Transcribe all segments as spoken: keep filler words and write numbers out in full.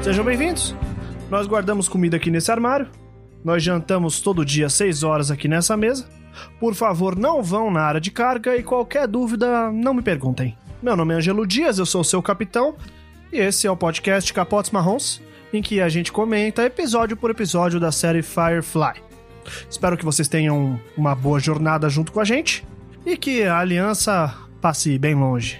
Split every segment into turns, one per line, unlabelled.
Sejam bem-vindos. Nós guardamos comida aqui nesse armário. Nós jantamos todo dia seis horas aqui nessa mesa. Por favor, não vão na área de carga e qualquer dúvida, não me perguntem. Meu nome é Ângelo Dias, eu sou o seu capitão. E esse é o podcast Capotes Marrons, em que a gente comenta episódio por episódio da série Firefly. Espero que vocês tenham uma boa jornada junto com a gente e que a aliança passe bem longe.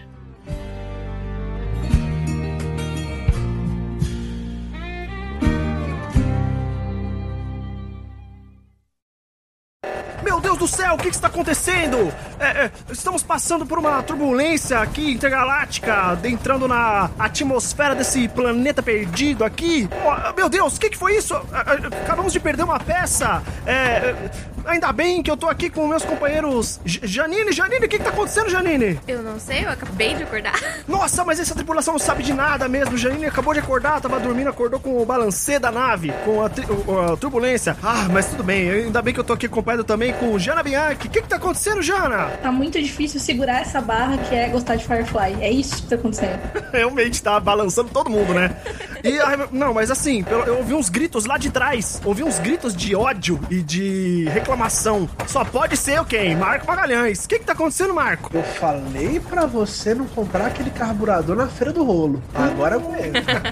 Meu Deus do céu, o que, que está acontecendo? É, é, estamos passando por uma turbulência aqui intergaláctica, entrando na atmosfera desse planeta perdido aqui. Oh, meu Deus, o que, que foi isso? Acabamos de perder uma peça. É, ainda bem que eu tô aqui com meus companheiros. J- Janine, Janine, o que, que tá acontecendo, Janine?
Eu não sei, eu acabei de acordar.
Nossa, mas essa tripulação não sabe de nada mesmo. Janine acabou de acordar, tava dormindo, acordou com o balancê da nave, com a, tri- a turbulência. Ah, mas tudo bem, ainda bem que eu tô aqui acompanhado também com Jana Bianchi. O que que tá acontecendo, Jana?
Tá muito difícil segurar essa barra que é gostar de Firefly. É isso que tá acontecendo.
Realmente tá balançando todo mundo, né? E, ai, não, mas assim, eu ouvi uns gritos lá de trás. Ouvi uns gritos de ódio e de reclamação. Só pode ser o quem? Marco Magalhães. O que que tá acontecendo, Marco?
Eu falei pra você não comprar aquele carburador na Feira do Rolo. Agora eu conheço.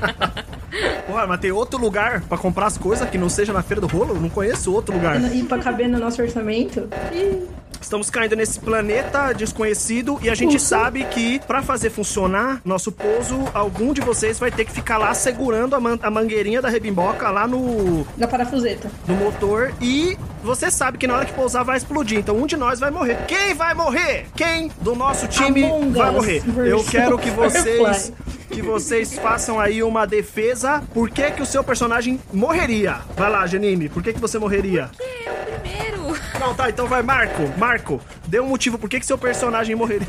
Porra, mas tem outro lugar pra comprar as coisas que não seja na Feira do Rolo? Eu não conheço outro lugar.
E pra caber no nosso orçamento. Ih.
Estamos caindo nesse planeta desconhecido e a gente
Uhum.
sabe que pra fazer funcionar nosso pouso, algum de vocês vai ter que ficar lá segurando a, man- a mangueirinha da rebimboca lá no,
Da parafuseta.
no motor e você sabe que na hora que pousar vai explodir. Então um de nós vai morrer. Quem vai morrer? Quem do nosso time
Among
vai
Us
morrer?
versão
Eu quero que vocês...
Firefly.
Que vocês façam aí uma defesa. Por que que o seu personagem morreria? Vai lá, Janine. Por que que você morreria?
É o primeiro.
Não, tá, então vai, Marco. Marco, dê um motivo por que que seu personagem morreria.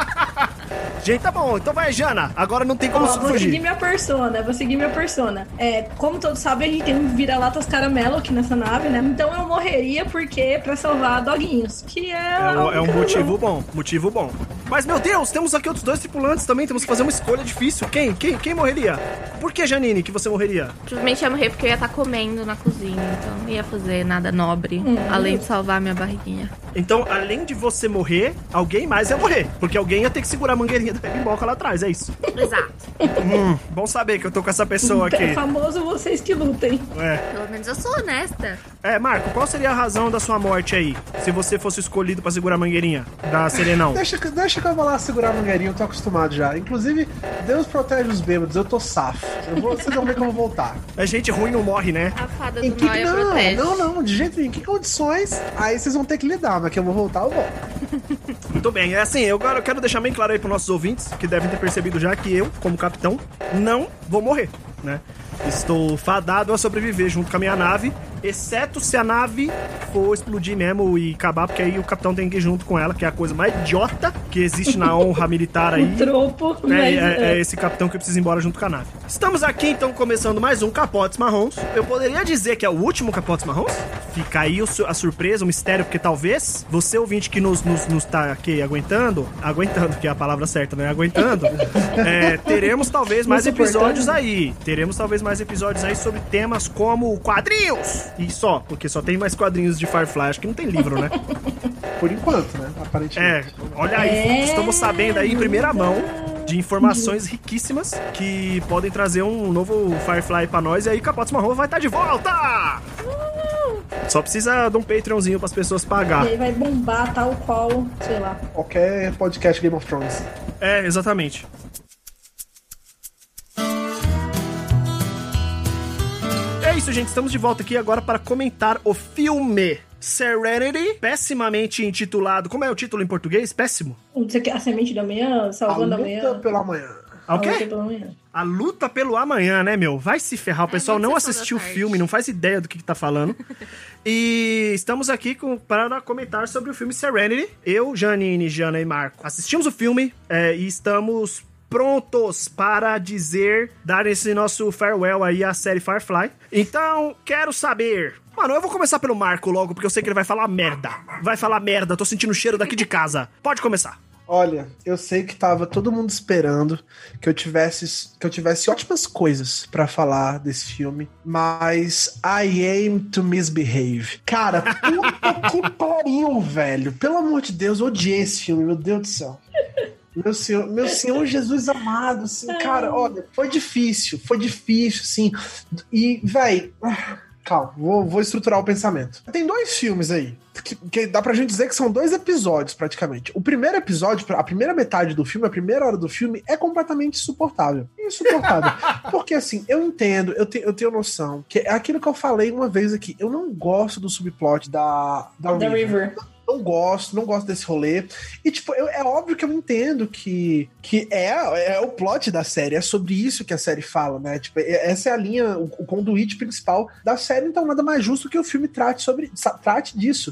Gente, tá bom. Então vai, Jana. Agora não tem como
Ó, vou seguir
fugir.
minha persona, vou seguir minha persona. É, como todos sabem, a gente tem um vira-latas caramelo aqui nessa nave, né? Então eu morreria porque pra salvar doguinhos, que é...
É,
a
um- é um
única
motivo
razão.
bom, motivo bom. Mas, meu Deus, temos aqui outros dois tripulantes também. Temos que fazer uma escolha difícil. Quem? Quem? Quem morreria? Por que, Janine, que você morreria?
Provavelmente ia morrer porque eu ia estar comendo na cozinha, então não ia fazer nada nobre,
Hum.
além de salvar minha barriguinha.
Então, além de você morrer, alguém mais ia morrer. Porque alguém ia ter que segurar a mangueirinha da rebimboca lá atrás, é isso.
Exato.
hum, bom saber que eu tô com essa pessoa aqui.
É famoso vocês que lutem.
É.
Pelo menos eu sou honesta.
É, Marco, qual seria a razão da sua morte aí? Se você fosse escolhido pra segurar a mangueirinha da Serenão?
Deixa, que- deixa que eu vou lá segurar a mangueirinha, eu tô acostumado já. Inclusive, Deus protege os bêbados, eu tô safo. Eu vou, vocês vão ver que eu vou voltar.
A gente ruim não morre, né?
A fada
Em
do
que,
Noia
não,
protege.
não, não, de jeito nenhum. Em que condições? Aí vocês vão ter que lidar, mas que eu vou voltar, eu volto.
Muito bem, é assim, eu agora eu quero deixar bem claro aí pros nossos ouvintes, que devem ter percebido já que eu, como capitão, não vou morrer, né? Estou fadado a sobreviver junto com a minha nave, exceto se a nave for explodir mesmo e acabar, porque aí o capitão tem que ir junto com ela, que é a coisa mais idiota que existe na honra militar aí.
O tropo,
É,
mas...
é, é esse capitão que precisa ir embora junto com a nave. Estamos aqui, então, começando mais um Capotes Marrons. Eu poderia dizer que é o último Capotes Marrons? Fica aí o su- a surpresa, o mistério, porque talvez você, ouvinte, que nos, nos, nos tá aqui aguentando, aguentando, que é a palavra certa, né? Aguentando, é, teremos talvez mais
Nos suportando.
episódios aí. Teremos talvez mais episódios aí sobre temas como quadrinhos. E só, porque só tem mais quadrinhos de Firefly. Acho que não tem livro, né?
Por enquanto, né? Aparentemente.
É, olha aí,
É.
estamos sabendo aí em primeira mão de informações riquíssimas que podem trazer um novo Firefly pra nós e aí Capotes Marrom vai estar de volta! Só precisa de um Patreonzinho pras pessoas pagar.
E aí vai bombar tal qual, sei lá.
Qualquer podcast Game of Thrones.
É, exatamente. É isso, gente. Estamos de volta aqui agora para comentar o filme Serenity, pessimamente intitulado... Como é o título em português? Péssimo?
Você quer a semente da manhã,
A
salvando a
luta
manhã.
pela manhã.
Ah, o
A luta
quê?
pela manhã.
A luta pelo amanhã, né, meu? Vai se ferrar. O pessoal
É,
não
muito sessão
assistiu o
da tarde.
filme, não faz ideia do que, que tá falando. E estamos aqui com, para comentar sobre o filme Serenity. Eu, Janine, Jana e Marco assistimos o filme é, e estamos prontos para dizer, dar esse nosso farewell aí à série Firefly. Então, quero saber... Mano, eu vou começar pelo Marco logo, porque eu sei que ele vai falar merda. Vai falar merda, tô sentindo o cheiro daqui de casa. Pode começar.
Olha, eu sei que tava todo mundo esperando que eu tivesse, que eu tivesse ótimas coisas pra falar desse filme, mas I aim to misbehave. Cara, puta que pariu, velho. Pelo amor de Deus, eu odiei esse filme, meu Deus do céu. Meu senhor, meu senhor Jesus amado, assim, cara, olha, foi difícil, foi difícil, assim, e, véi... Calma, vou, vou estruturar o pensamento. Tem dois filmes aí, que, que dá pra gente dizer que são dois episódios, praticamente. O primeiro episódio, a primeira metade do filme, a primeira hora do filme, é completamente insuportável. Insuportável. Porque, assim, eu entendo, eu, te, eu tenho noção, que é aquilo que eu falei uma vez aqui, eu não gosto do subplot da, da,
da River.
River. Não gosto, não gosto desse rolê. E, tipo, eu, é óbvio que eu entendo que, que é, é o plot da série, é sobre isso que a série fala, né? Tipo, essa é a linha, o, o conduíte principal da série, então nada mais justo que o filme trate, sobre, trate disso.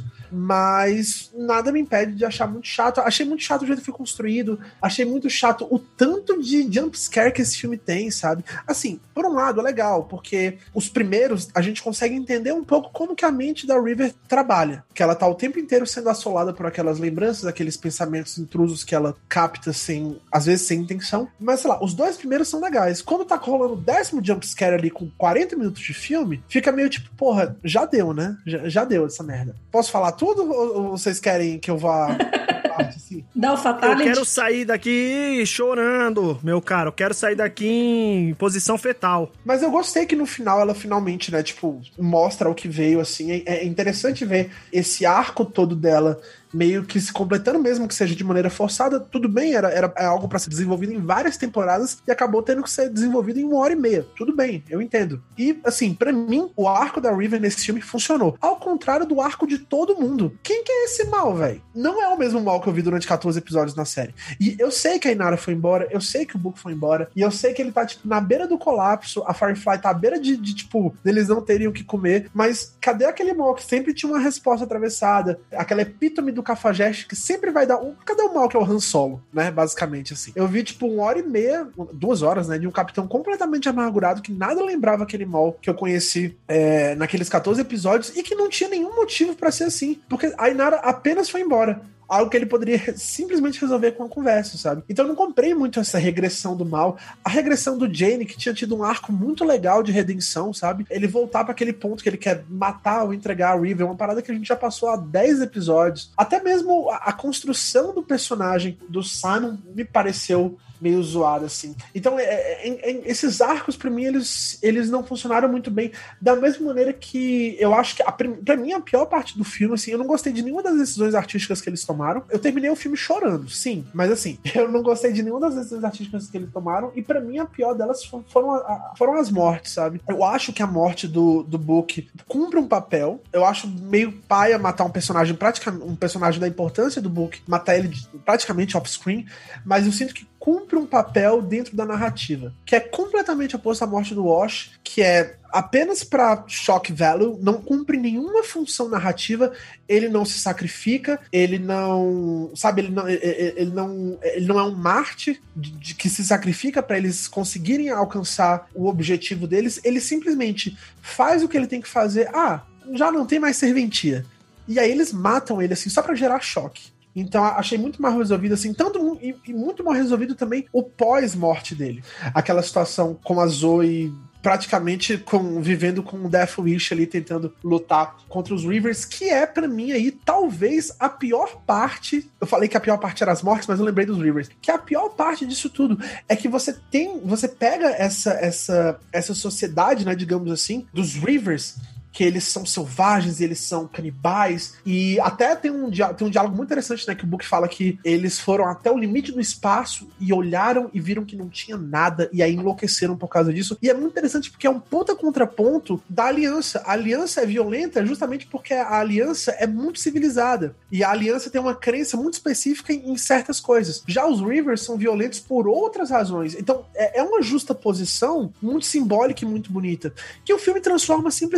Mas nada me impede de achar muito chato. Achei muito chato o jeito que foi construído, achei muito chato o tanto de jumpscare que esse filme tem, sabe? Assim, por um lado é legal, porque os primeiros a gente consegue entender um pouco como que a mente da River trabalha, que ela tá o tempo inteiro sendo assolada por aquelas lembranças, aqueles pensamentos intrusos que ela capta sem, às vezes sem intenção. Mas, sei lá, os dois primeiros são legais. Quando tá rolando o décimo jumpscare ali com quarenta minutos de filme, fica meio tipo, porra, já deu, né? Já, já deu essa merda. Posso falar tudo ou vocês querem que eu vá... Assim?
Dá o fatality.
Eu quero sair daqui chorando, meu caro. Eu quero sair daqui em posição fetal.
Mas eu gostei que no final ela finalmente, né, tipo, mostra o que veio, assim. É interessante ver esse arco todo dela meio que se completando, mesmo que seja de maneira forçada. Tudo bem, era, era algo pra ser desenvolvido em várias temporadas e acabou tendo que ser desenvolvido em uma hora e meia. Tudo bem, eu entendo. E, assim, pra mim, o arco da River nesse filme funcionou. Ao contrário do arco de todo mundo. Quem que é esse mal, velho? Não é o mesmo mal que eu vi durante quatorze episódios na série. E eu sei que a Inara foi embora, eu sei que o Book foi embora, e eu sei que ele tá, tipo, na beira do colapso, a Firefly tá à beira de, de tipo, eles não teriam o que comer, mas cadê aquele mal que sempre tinha uma resposta atravessada? Aquela epítome do cafajeste que sempre vai dar um... Cadê o mal que é o Han Solo, né? Basicamente, assim. Eu vi, tipo, uma hora e meia, duas horas, né? De um capitão completamente amargurado que nada lembrava aquele mal que eu conheci é, naqueles quatorze episódios e que não tinha nenhum motivo pra ser assim. Porque a Inara apenas foi embora. Algo que ele poderia simplesmente resolver com a conversa, sabe? Então eu não comprei muito essa regressão do mal. A regressão do Jane, que tinha tido um arco muito legal de redenção, sabe? Ele voltar para aquele ponto que ele quer matar ou entregar a River, uma parada que a gente já passou há dez episódios. Até mesmo a, a construção do personagem do Simon me pareceu meio zoado, assim. Então, é, é, é, esses arcos, pra mim, eles, eles não funcionaram muito bem. Da mesma maneira que eu acho que, a, pra mim, a pior parte do filme, assim, eu não gostei de nenhuma das decisões artísticas que eles tomaram. Eu terminei o filme chorando, sim. Mas, assim, eu não gostei de nenhuma das decisões artísticas que eles tomaram. E, pra mim, a pior delas foram, a, foram as mortes, sabe? Eu acho que a morte do, do Book cumpre um papel. Eu acho meio paia matar um personagem, praticamente, um personagem da importância do Book, matar ele praticamente off-screen. Mas eu sinto que cumpre um papel dentro da narrativa, que é completamente oposto à morte do Wash, que é apenas para shock value, não cumpre nenhuma função narrativa, ele não se sacrifica, ele não, sabe, ele não, ele, ele não, ele não é um Marte de, de, que se sacrifica para eles conseguirem alcançar o objetivo deles, ele simplesmente faz o que ele tem que fazer, ah, já não tem mais serventia, e aí eles matam ele assim, só para gerar choque. Então achei muito mal resolvido, assim, tanto e, e muito mal resolvido também o pós-morte dele. Aquela situação com a Zoe praticamente com, vivendo com o Death Wish ali, tentando lutar contra os Rivers, que é, pra mim, aí, talvez a pior parte. Eu falei que a pior parte era as mortes, mas eu lembrei dos Rivers. Que a pior parte disso tudo é que você tem. Você pega essa, essa, essa sociedade, né, digamos assim, dos Rivers, que eles são selvagens, eles são canibais, e até tem um, tem um diálogo muito interessante, né, que o Book fala que eles foram até o limite do espaço e olharam e viram que não tinha nada, e aí enlouqueceram por causa disso, e é muito interessante porque é um puta contraponto da Aliança. A Aliança é violenta justamente porque a Aliança é muito civilizada, e a Aliança tem uma crença muito específica em, em certas coisas. Já os Rivers são violentos por outras razões, então é, é uma justa posição muito simbólica e muito bonita, que o filme transforma simplesmente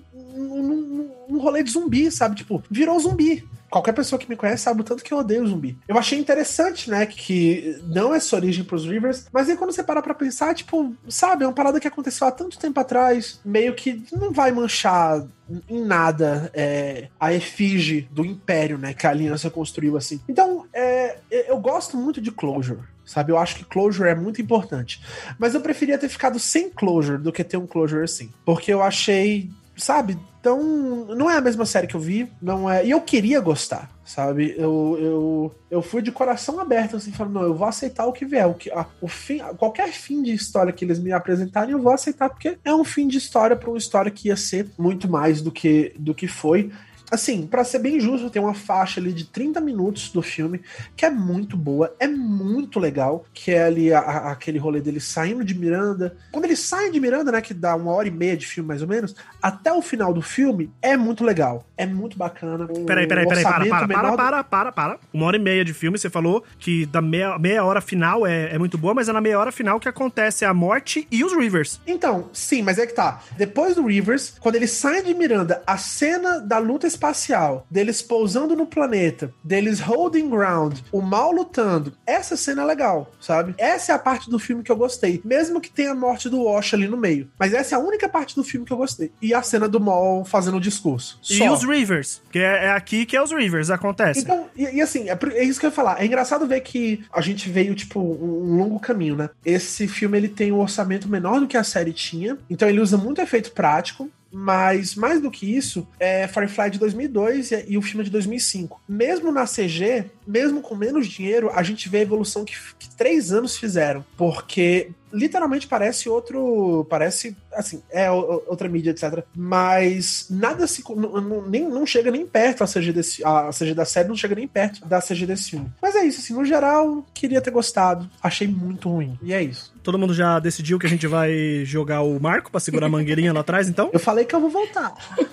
num, num rolê de zumbi, sabe? Tipo, virou zumbi. Qualquer pessoa que me conhece sabe o tanto que eu odeio zumbi. Eu achei interessante, né, que não é sua origem pros Rivers, mas aí quando você para pra pensar, tipo, sabe, é uma parada que aconteceu há tanto tempo atrás, meio que não vai manchar em nada é, a efígie do Império, né, que a Aliança construiu, assim. Então, é, eu gosto muito de Closure, sabe? Eu acho que Closure é muito importante. Mas eu preferia ter ficado sem Closure do que ter um Closure assim. Porque eu achei, sabe, então, não é a mesma série que eu vi, não é. E eu queria gostar, sabe? Eu, eu, eu fui de coração aberto, assim, falando, não, eu vou aceitar o que vier. O que, a, o fim, qualquer fim de história que eles me apresentarem, eu vou aceitar, porque é um fim de história para uma história que ia ser muito mais do que, do que foi. Assim, pra ser bem justo, tem uma faixa ali de trinta minutos do filme que é muito boa, é muito legal, que é ali a, a, aquele rolê dele saindo de Miranda. Quando eles saem de Miranda, né, que dá uma hora e meia de filme mais ou menos, até o final do filme é muito legal, é muito bacana.
Peraí, peraí, peraí, para, para, para, para, para, para. Uma hora e meia de filme, você falou que da meia, meia hora final é, é muito boa, mas é na meia hora final que acontece a morte e os Rivers.
Então, sim, mas é que tá. Depois do Rivers, quando eles saem de Miranda, a cena da luta espacial, deles pousando no planeta, deles holding ground, o mal lutando, essa cena é legal, sabe? Essa é a parte do filme que eu gostei, mesmo que tenha a morte do Wash ali no meio. Mas essa é a única parte do filme que eu gostei. E a cena do Maul fazendo o discurso.
E
Só.
os Rivers, que é, é aqui que é os Rivers, acontece.
Então, e, e assim, é, é isso que eu ia falar. É engraçado ver que a gente veio, tipo, um, um longo caminho, né? Esse filme, ele tem um orçamento menor do que a série tinha, então ele usa muito efeito prático. Mas, mais do que isso, é Firefly de dois mil e dois e, e o filme de dois mil e cinco. Mesmo na C G, mesmo com menos dinheiro, a gente vê a evolução que, que três anos fizeram. Porque literalmente parece outro... Parece, assim, é outra mídia, etcétera. Mas nada se... Não, não, nem, não chega nem perto a C G, desse, a C G da série, não chega nem perto da C G desse filme. Mas é isso, assim, no geral, queria ter gostado. Achei muito ruim. E é isso.
Todo mundo já decidiu que a gente vai jogar o Marco pra segurar a mangueirinha lá atrás, então?
Eu falei que eu vou voltar.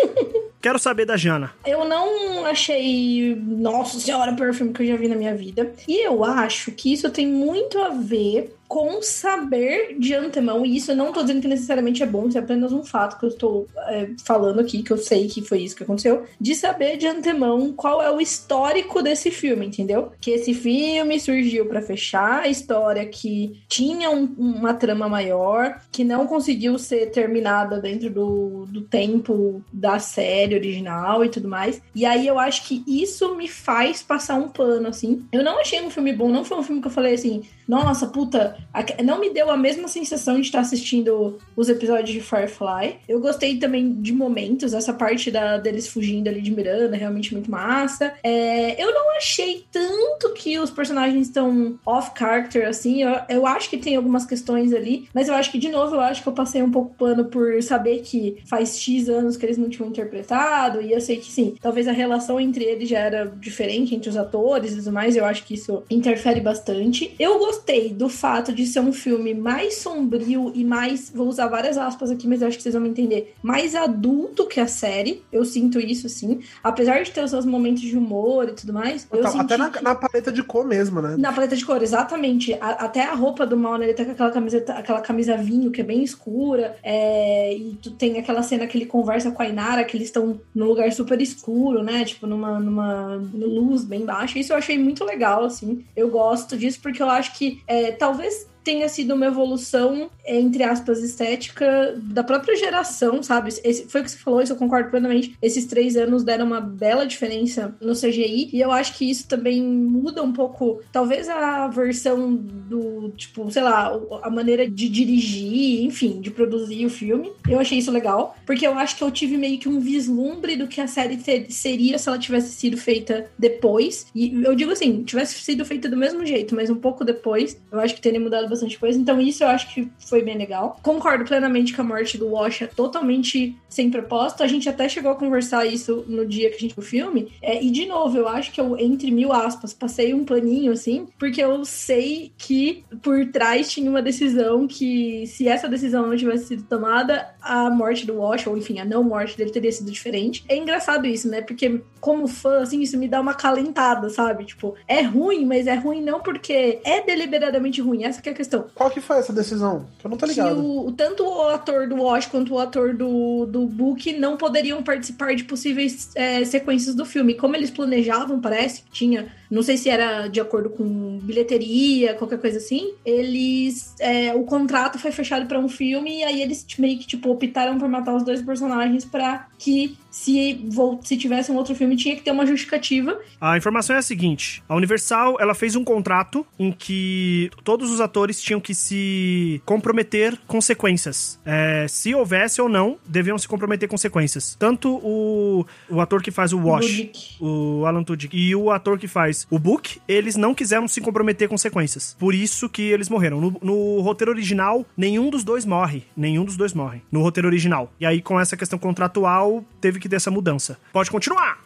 Quero saber da Jana.
Eu não achei, nossa senhora, o pior filme que eu já vi na minha vida. E eu acho que isso tem muito a ver com saber de antemão, e isso eu não tô dizendo que necessariamente é bom, isso é apenas um fato que eu estou é, falando aqui, que eu sei que foi isso que aconteceu, de saber de antemão qual é o histórico desse filme, entendeu? Que esse filme surgiu pra fechar a história que tinha um, uma trama maior, que não conseguiu ser terminada dentro do, do tempo da série original e tudo mais, e aí eu acho que isso me faz passar um pano, assim. Eu não achei um filme bom, não foi um filme que eu falei assim, nossa, puta, não me deu a mesma sensação de estar assistindo os episódios de Firefly. Eu gostei também de momentos, essa parte da, deles fugindo ali de Miranda, realmente muito massa. É, eu não achei tanto que os personagens estão off-character, assim, eu, eu acho que tem algumas questões ali, mas eu acho que, de novo, eu acho que eu passei um pouco pano por saber que faz X anos que eles não tinham interpretado, e eu sei que, sim, talvez a relação entre eles já era diferente, entre os atores e tudo mais, eu acho que isso interfere bastante. Eu gostei Gostei do fato de ser um filme mais sombrio e mais, vou usar várias aspas aqui, mas eu acho que vocês vão me entender, mais adulto que a série. Eu sinto isso, sim. Apesar de ter os seus momentos de humor e tudo mais. Eu
então, até na,
que...
na paleta de cor mesmo, né?
Na paleta de cor, exatamente. A, até a roupa do Mal, né? Ele tá com aquela camiseta, aquela camisa vinho que é bem escura. É, e tu tem aquela cena que ele conversa com a Inara, que eles estão num lugar super escuro, né? Tipo, numa, numa luz bem baixa. Isso eu achei muito legal, assim. Eu gosto disso porque eu acho que É, talvez tenha sido uma evolução, entre aspas, estética da própria geração, sabe? Esse, foi o que você falou, isso eu concordo plenamente. Esses três anos deram uma bela diferença no C G I, e eu acho que isso também muda um pouco, talvez a versão do, tipo, sei lá, a maneira de dirigir, enfim, de produzir o filme. Eu achei isso legal, porque eu acho que eu tive meio que um vislumbre do que a série ter, seria se ela tivesse sido feita depois. E eu digo assim, tivesse sido feita do mesmo jeito, mas um pouco depois, eu acho que teria mudado bastante coisa, então isso eu acho que foi bem legal. Concordo plenamente que a morte do Wash é totalmente sem propósito, a gente até chegou a conversar isso no dia que a gente viu o filme, é, e de novo, eu acho que eu, entre mil aspas, passei um paninho assim, porque eu sei que por trás tinha uma decisão que, se essa decisão não tivesse sido tomada, a morte do Wash, ou enfim, a não morte dele teria sido diferente. É engraçado isso, né, porque como fã, assim, isso me dá uma calentada, sabe? Tipo, é ruim, mas é ruim não porque é deliberadamente ruim, essa que é a questão. questão.
Qual que foi essa decisão? Que eu não tô ligado.
Que o, tanto o ator do Wash quanto o ator do, do Book não poderiam participar de possíveis é, sequências do filme. Como eles planejavam, parece, que tinha... Não sei se era de acordo com bilheteria, qualquer coisa assim. Eles... É, o contrato foi fechado pra um filme e aí eles meio que, tipo, optaram por matar os dois personagens pra que se, se tivesse um outro filme tinha que ter uma justificativa.
A informação é a seguinte. A Universal, ela fez um contrato em que todos os atores tinham que se comprometer com sequências. É, se houvesse ou não, deviam se comprometer com sequências. Tanto o, o ator que faz o Wash, o Alan Tudyk, e o ator que faz o Book, eles não quiseram se comprometer com sequências. Por isso que eles morreram. No, no roteiro original, nenhum dos dois morre. Nenhum dos dois morre. No roteiro original. E aí, com essa questão contratual, teve que ter essa mudança. Pode continuar!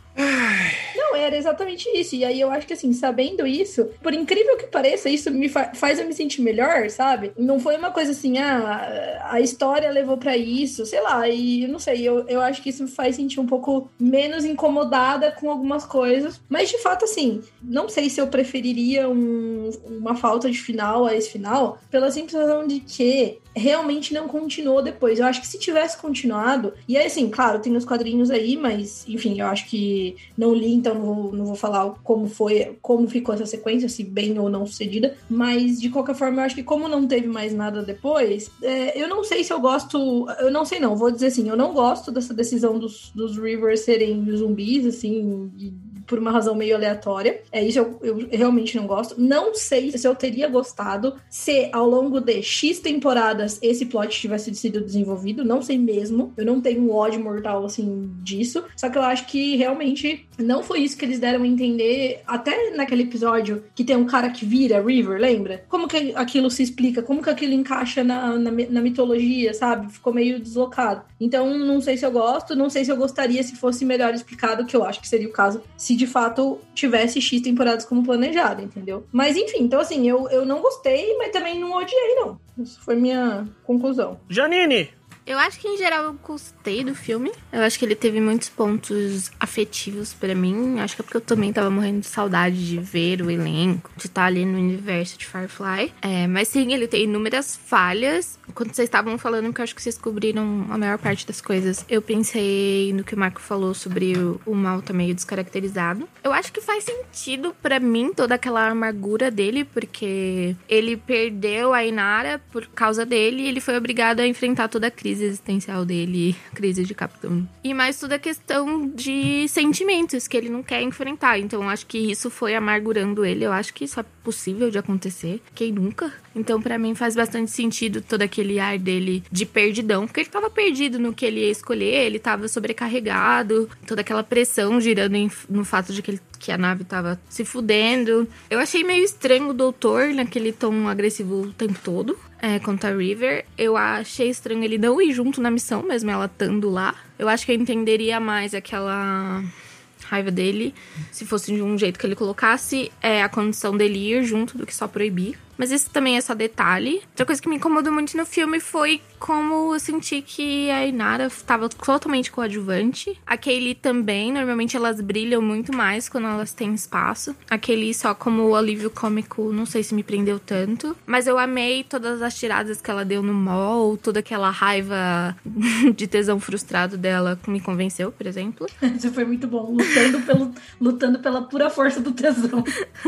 Não, era exatamente isso. E aí eu acho que, assim, sabendo isso, por incrível que pareça, isso me fa- faz eu me sentir melhor, sabe? Não foi uma coisa assim, ah, a história levou pra isso, sei lá. E eu não sei, eu, eu acho que isso me faz sentir um pouco menos incomodada com algumas coisas. Mas, de fato, assim, não sei se eu preferiria um, uma falta de final a esse final, pela simples razão de que realmente não continuou depois. Eu acho que se tivesse continuado... E aí, assim, claro, tem os quadrinhos aí, mas, enfim, eu acho que não li, então não vou, não vou falar como foi, como ficou essa sequência, se bem ou não sucedida, mas, de qualquer forma, eu acho que como não teve mais nada depois, é, eu não sei se eu gosto... Eu não sei não, vou dizer assim, eu não gosto dessa decisão dos, dos Rivers serem zumbis, assim... E, por uma razão meio aleatória. É isso, eu, eu realmente não gosto. Não sei se eu teria gostado se ao longo de X temporadas esse plot tivesse sido desenvolvido. Não sei mesmo. Eu não tenho um ódio mortal, assim, disso. Só que eu acho que realmente não foi isso que eles deram a entender. Até naquele episódio que tem um cara que vira River, lembra? Como que aquilo se explica? Como que aquilo encaixa na, na, na mitologia, sabe? Ficou meio deslocado. Então, não sei se eu gosto. Não sei se eu gostaria se fosse melhor explicado, que eu acho que seria o caso se de fato tivesse X temporadas como planejado, entendeu? Mas enfim, então assim, eu, eu não gostei, mas também não odiei, não. Isso foi minha conclusão.
Janine!
Eu acho que, em geral, eu gostei do filme. Eu acho que ele teve muitos pontos afetivos pra mim. Acho que é porque eu também tava morrendo de saudade de ver o elenco, de estar ali no universo de Firefly. É, mas sim, ele tem inúmeras falhas. Quando vocês estavam falando, porque eu acho que vocês cobriram a maior parte das coisas, eu pensei no que o Marco falou sobre o, o mal tá meio descaracterizado. Eu acho que faz sentido pra mim toda aquela amargura dele, porque ele perdeu a Inara por causa dele e ele foi obrigado a enfrentar toda a crise existencial dele, crise de capitão. E mais toda a questão de sentimentos que ele não quer enfrentar. Então, eu acho que isso foi amargurando ele. Eu acho que isso é possível de acontecer. Quem nunca? Então, pra mim, faz bastante sentido todo aquele ar dele de perdidão. Porque ele tava perdido no que ele ia escolher. Ele tava sobrecarregado. Toda aquela pressão girando em, no fato de que, ele, que a nave tava se fudendo. Eu achei meio estranho o doutor naquele tom agressivo o tempo todo. É, contra a River. Eu achei estranho ele não ir junto na missão, mesmo ela estando lá. Eu acho que eu entenderia mais aquela raiva dele se fosse de um jeito que ele colocasse é, a condição dele ir junto do que só proibir. Mas isso também é só detalhe. Outra coisa que me incomodou muito no filme foi como eu senti que a Inara estava totalmente coadjuvante. A Kaylee também. Normalmente elas brilham muito mais quando elas têm espaço. A Kaylee só como alívio cômico, não sei se me prendeu tanto. Mas eu amei todas as tiradas que ela deu no mall. Toda aquela raiva de tesão frustrado dela que me convenceu, por exemplo.
Isso foi muito bom. Lutando, pelo, lutando pela pura força do tesão.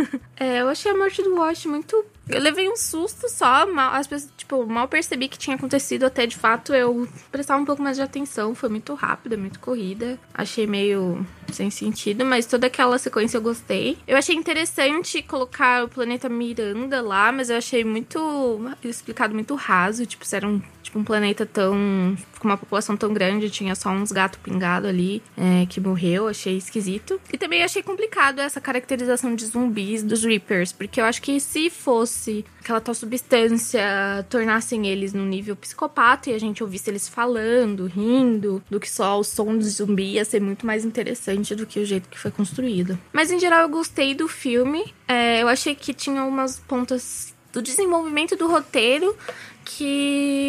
É, eu achei a morte do Wash muito... Eu levei um susto só, mal, as pessoas, tipo, mal percebi que tinha acontecido, até de fato eu prestar um pouco mais de atenção. Foi muito rápida, muito corrida. Achei meio sem sentido, mas toda aquela sequência eu gostei. Eu achei interessante colocar o planeta Miranda lá, mas eu achei muito explicado muito raso, tipo, se era um, tipo, um planeta tão... com uma população tão grande, tinha só uns gatos pingados ali, é, que morreu, achei esquisito. E também achei complicado essa caracterização de zumbis dos Reapers, porque eu acho que se fosse aquela tal substância tornassem eles num nível psicopata e a gente ouvisse eles falando, rindo, do que só o som de zumbi, ia ser muito mais interessante do que o jeito que foi construído. Mas em geral eu gostei do filme, é, eu achei que tinha umas pontas do desenvolvimento do roteiro que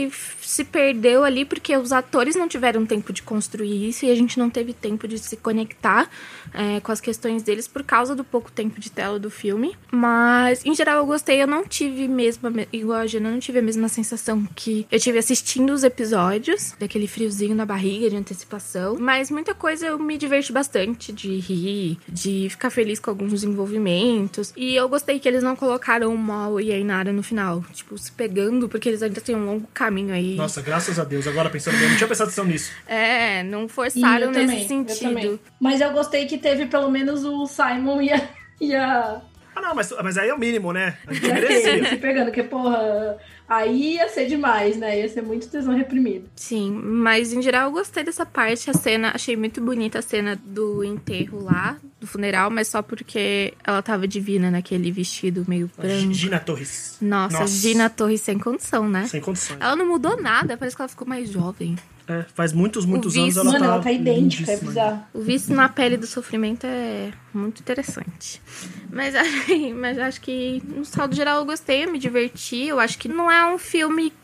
se perdeu ali porque os atores não tiveram tempo de construir isso e a gente não teve tempo de se conectar é, com as questões deles por causa do pouco tempo de tela do filme. Mas, em geral, eu gostei. Eu não tive mesmo, igual a Jana, eu não tive a mesma sensação que eu tive assistindo os episódios, daquele friozinho na barriga de antecipação. Mas muita coisa eu me diverti bastante, de rir, de ficar feliz com alguns desenvolvimentos. E eu gostei que eles não colocaram o Maul e a Inara no final, tipo, se pegando, porque eles ainda têm um longo caminho aí.
Nossa, graças a Deus. Agora pensando bem, não tinha prestado atenção nisso.
É, não forçaram nesse
também,
sentido.
Eu mas eu gostei que teve pelo menos o Simon e a... E a...
Ah, não, mas, mas aí é o mínimo, né? A gente
e a
merecia.
Kate se pegando, porque, porra, aí ia ser demais, né? Ia ser muito tesão reprimido.
Sim, mas em geral eu gostei dessa parte. A cena, achei muito bonita a cena do enterro lá, do funeral, mas só porque ela tava divina naquele vestido meio branco.
Gina Torres.
Nossa,
Nossa.
Gina Torres sem condição, né?
Sem condições.
Ela não mudou nada, parece que ela ficou mais jovem.
É, faz muitos, muitos
O
anos
vice-
ela
Mano,
tá...
ela tá idêntica, é
lindíssima.
bizarro.
O vício na pele do sofrimento é muito interessante. Mas, mas acho que, no saldo geral, eu gostei, eu me diverti. Eu acho que não é um filme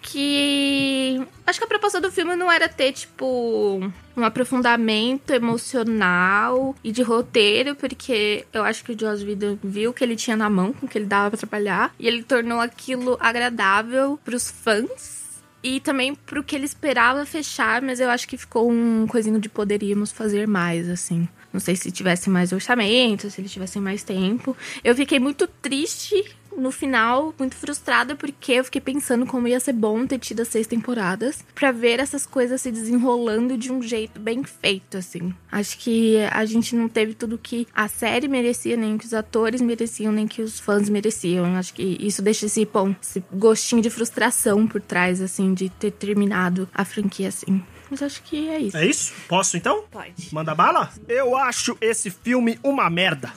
que... Acho que a proposta do filme não era ter, tipo, um aprofundamento emocional e de roteiro, porque eu acho que o Joss Whedon viu o que ele tinha na mão, com o que ele dava pra trabalhar, e ele tornou aquilo agradável pros fãs. E também pro que ele esperava fechar, mas eu acho que ficou um coisinho de poderíamos fazer mais, assim. Não sei se tivesse mais orçamento, se eles tivessem mais tempo. Eu fiquei muito triste no final, muito frustrada, porque eu fiquei pensando como ia ser bom ter tido as seis temporadas pra ver essas coisas se desenrolando de um jeito bem feito, assim. Acho que a gente não teve tudo que a série merecia, nem que os atores mereciam, nem que os fãs mereciam. Acho que isso deixa esse, bom, esse gostinho de frustração por trás, assim, de ter terminado a franquia, assim. Mas acho que é isso.
É isso? Posso, então?
Pode.
Manda bala? Eu acho esse filme uma merda.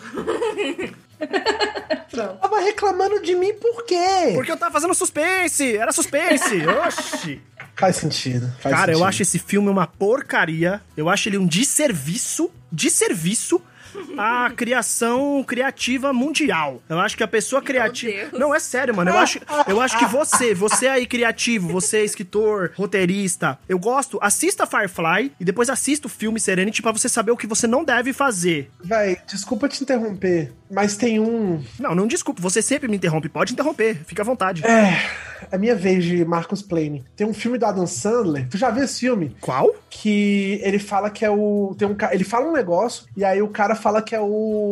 Tava reclamando de mim por quê?
Porque eu tava fazendo suspense. Era suspense. Oxi.
Faz sentido. Faz
Cara,
sentido.
eu acho esse filme uma porcaria. Eu acho ele um desserviço. Desserviço. A criação criativa mundial. Eu acho que a pessoa criativa...
Deus.
Não, é sério, mano. Eu acho, eu acho que você, você aí criativo, você escritor, roteirista, eu gosto, assista Firefly e depois assista o filme Serenity pra você saber o que você não deve fazer.
Véi, desculpa te interromper, mas tem um...
Não, não desculpe, você sempre me interrompe, pode interromper, fica à vontade.
É, é minha vez de Marcus Plane. Tem um filme do Adam Sandler, tu já viu esse filme?
Qual?
Que ele fala que é o... Tem um, ca- ele fala um negócio e aí o cara fala que é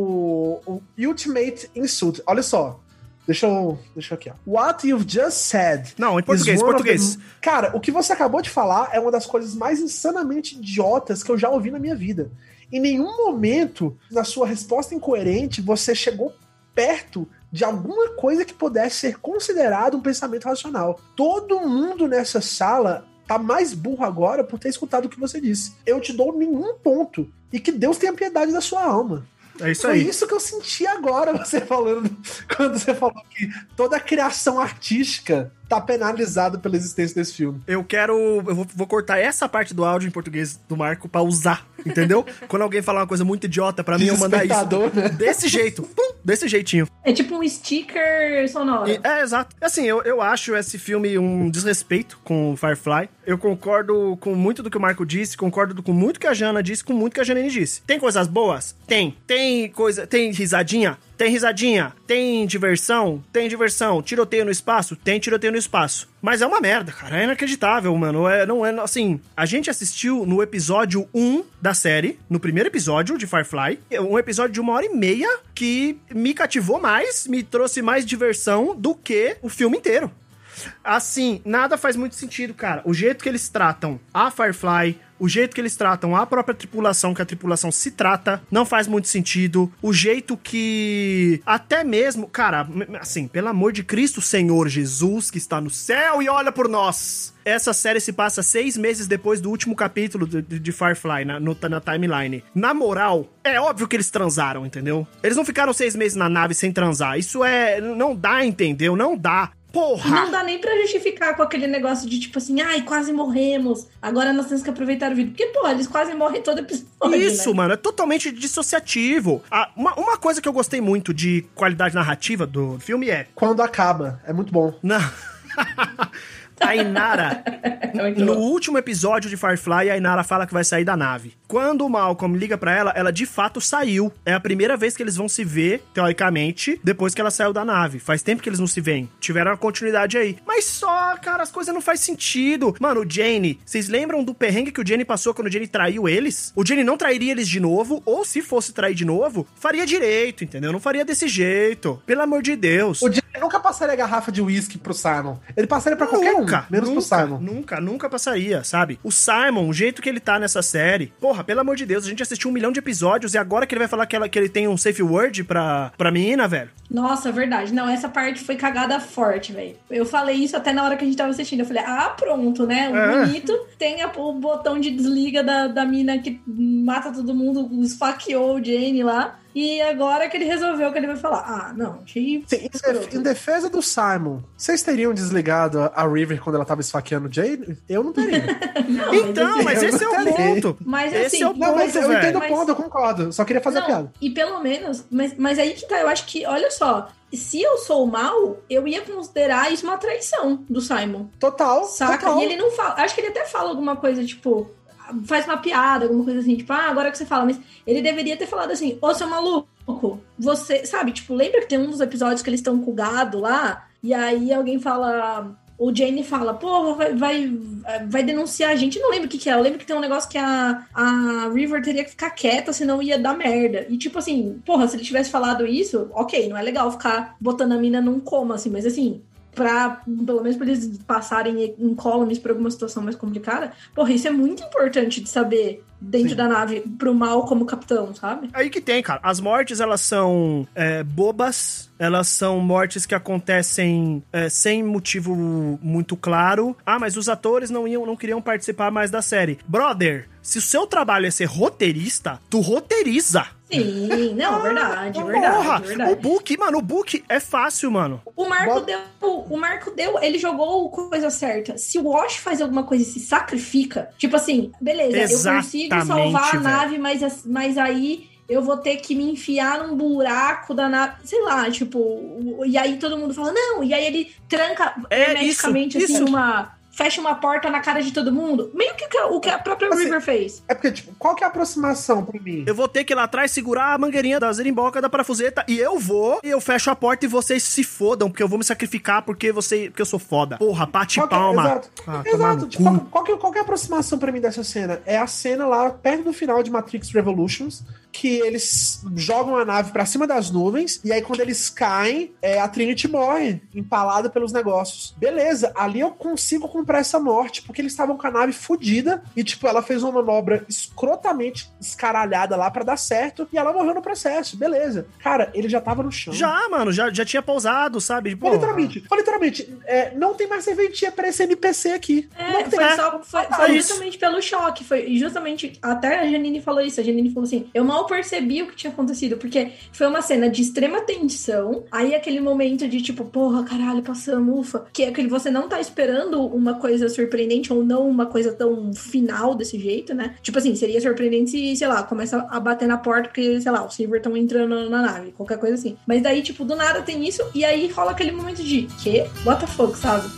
o, o Ultimate Insult. Olha só. Deixa eu, deixa eu aqui, ó. What you've just said.
Não, em português,
is one of
português.
the- Cara, o que você acabou de falar é uma das coisas mais insanamente idiotas que eu já ouvi na minha vida. Em nenhum momento, na sua resposta incoerente, você chegou perto de alguma coisa que pudesse ser considerado um pensamento racional. Todo mundo nessa sala tá mais burro agora por ter escutado o que você disse. Eu te dou nenhum ponto. E que Deus tenha piedade da sua alma.
É isso
Foi
aí.
isso que eu senti agora, você falando, quando você falou que toda a criação artística tá penalizada pela existência desse filme.
Eu quero. Eu vou, vou cortar essa parte do áudio em português do Marco pra usar, entendeu? Quando alguém falar uma coisa muito idiota pra mim, eu mandar isso.
Despertador, né?
Desse jeito. Pum, desse jeitinho.
É tipo um sticker sonoro.
E- é, exato. Assim, eu, eu acho esse filme um desrespeito com o Firefly. Eu concordo com muito do que o Marco disse, concordo com muito que a Jana disse, com muito que a Janine disse. Tem coisas boas? Tem. Tem coisa. Tem risadinha? Tem risadinha. Tem diversão? Tem diversão. Tiroteio no espaço? Tem tiroteio no espaço. Mas é uma merda, cara. É inacreditável, mano. É, não é, assim, a gente assistiu no episódio um da série, no primeiro episódio de Firefly, um episódio de uma hora e meia que me cativou mais, me trouxe mais diversão do que o filme inteiro. Assim, nada faz muito sentido, cara. O jeito que eles tratam a Firefly, o jeito que eles tratam a própria tripulação, que a tripulação se trata, não faz muito sentido. O jeito que até mesmo, cara, assim, pelo amor de Cristo, Senhor Jesus, que está no céu e olha por nós. Essa série se passa seis meses depois do último capítulo de, de, de Firefly, na, no, na timeline. Na moral, é óbvio que eles transaram, entendeu? Eles não ficaram seis meses na nave sem transar. Isso é... não dá, entendeu? Não dá. Porra!
E não dá nem pra justificar com aquele negócio de tipo assim, ai, quase morremos, agora nós temos que aproveitar o vídeo. Porque, pô, eles quase morrem todo episódio,
Isso,
né?
mano, é totalmente dissociativo. Ah, uma, uma coisa que eu gostei muito de qualidade narrativa do filme é...
Quando acaba, é muito bom.
Não... A Inara, no último episódio de Firefly, a Inara fala que vai sair da nave. Quando o Malcolm liga pra ela, ela de fato saiu. É a primeira vez que eles vão se ver, teoricamente, depois que ela saiu da nave. Faz tempo que eles não se veem. Tiveram a continuidade aí. Mas só, cara, as coisas não fazem sentido. Mano, o Jane, vocês lembram do perrengue que o Jane passou quando o Jane traiu eles? O Jane não trairia eles de novo, ou se fosse trair de novo, faria direito, entendeu? Não faria desse jeito. Pelo amor de Deus.
O Jane nunca passaria a garrafa de uísque pro Simon. Ele passaria pra qualquer um, menos
nunca,
pro Simon.
Nunca, nunca passaria, sabe? O Simon, o jeito que ele tá nessa série... Porra, pelo amor de Deus, a gente assistiu um milhão de episódios e agora que ele vai falar que, ela, que ele tem um safe word pra, pra menina, velho?
Nossa, verdade. Não, essa parte foi cagada forte, velho. Eu falei isso até na hora que a gente tava assistindo. Eu falei, ah, pronto, né? O
é.
bonito tem a, o botão de desliga da, da mina que mata todo mundo, esfaqueou o Jane lá. E agora que ele resolveu que ele vai falar. Ah, não, achei...
Sim, em, def- em defesa do Simon, vocês teriam desligado a, a River quando ela tava esfaqueando o Jane? Eu não teria.
Não,
Então, mas
assim,
esse é o ponto.
Mas
Esse
assim...
é o ponto,
Não, mas eu
velho.
entendo o
Mas-
ponto, eu concordo. Só queria fazer
não,
a piada.
E pelo menos... Mas, mas aí que tá, eu acho que... Olha só... Se eu sou o mal, eu ia considerar isso uma traição do Simon.
Total,
Saca?
total.
E ele não fala... Acho que ele até fala alguma coisa, tipo... Faz uma piada, alguma coisa assim. Tipo, ah, agora que você fala. Mas ele deveria ter falado assim... Ô, seu maluco, você... Sabe? Tipo, lembra que tem um dos episódios que eles estão com o gado lá? E aí alguém fala... O Jane fala, porra, vai, vai, vai denunciar a gente. Eu não lembro o que que é. Eu lembro que tem um negócio que a, a River teria que ficar quieta, senão ia dar merda. E tipo assim, porra, se ele tivesse falado isso, ok, não é legal ficar botando a mina num coma, assim. Mas assim, pra, pelo menos pra eles passarem incólumes por alguma situação mais complicada, porra, isso é muito importante de saber dentro
Sim.
da nave pro mal como capitão, sabe?
Aí que tem, cara. As mortes, elas são é, bobas. Elas são mortes que acontecem é, sem motivo muito claro. Ah, mas os atores não, iam, não queriam participar mais da série. Brother, se o seu trabalho é ser roteirista, tu roteiriza.
Sim, não, verdade, verdade,
Porra,
verdade.
o book, mano, o book é fácil, mano.
O Marco
Bota-
deu, o Marco deu, ele jogou a coisa certa. Se o Wash faz alguma coisa e se sacrifica, tipo assim, beleza, eu consigo salvar a
velho.
nave, mas, mas aí eu vou ter que me enfiar num buraco da nave, sei lá, tipo, e aí todo mundo fala, não, e aí ele tranca
É,
hermeticamente,
isso,
assim,
isso.
uma... Fecha uma porta na cara de todo mundo. Meio que o que a própria
Assim,
River fez.
É porque, tipo, qual que é a aproximação pra mim?
Eu vou ter que ir lá atrás segurar a mangueirinha da zerimboca da parafuseta e eu vou, e eu fecho a porta e vocês se fodam, porque eu vou me sacrificar porque, você, porque eu sou foda. Porra, bate
Qual que é-
palma.
Exato.
Ah, tomar
Exato.
no
Tipo,
cu.
qual, qual que, qual que é a aproximação pra mim dessa cena? É a cena lá, perto do final de Matrix Revolutions, que eles jogam a nave pra cima das nuvens, e aí quando eles caem, é, a Trinity morre, empalada pelos negócios. Beleza, ali eu consigo comprar essa morte, porque eles estavam com a nave fodida, e tipo, ela fez uma manobra escrotamente escaralhada lá pra dar certo, e ela morreu no processo, beleza. Cara, ele já tava no chão.
Já, mano, já, já tinha pousado, sabe?
Foi literalmente, foi literalmente, é, não tem mais serventia pra esse N P C aqui.
É,
não tem.
foi, só, foi,
É
foi
isso.
justamente pelo choque. Foi justamente. Até a Janine falou isso. A Janine falou assim: eu mal percebi o que tinha acontecido, porque foi uma cena de extrema tensão. Aí aquele momento de tipo, porra, caralho, passamos, ufa. Que é aquele você não tá esperando uma coisa surpreendente ou não uma coisa tão final desse jeito, né? Tipo assim, seria surpreendente se, sei lá, começa a bater na porta porque, sei lá, os Silver estão entrando na nave, qualquer coisa assim. Mas daí, tipo, do nada tem isso e aí rola aquele momento de que? What the fuck, sabe?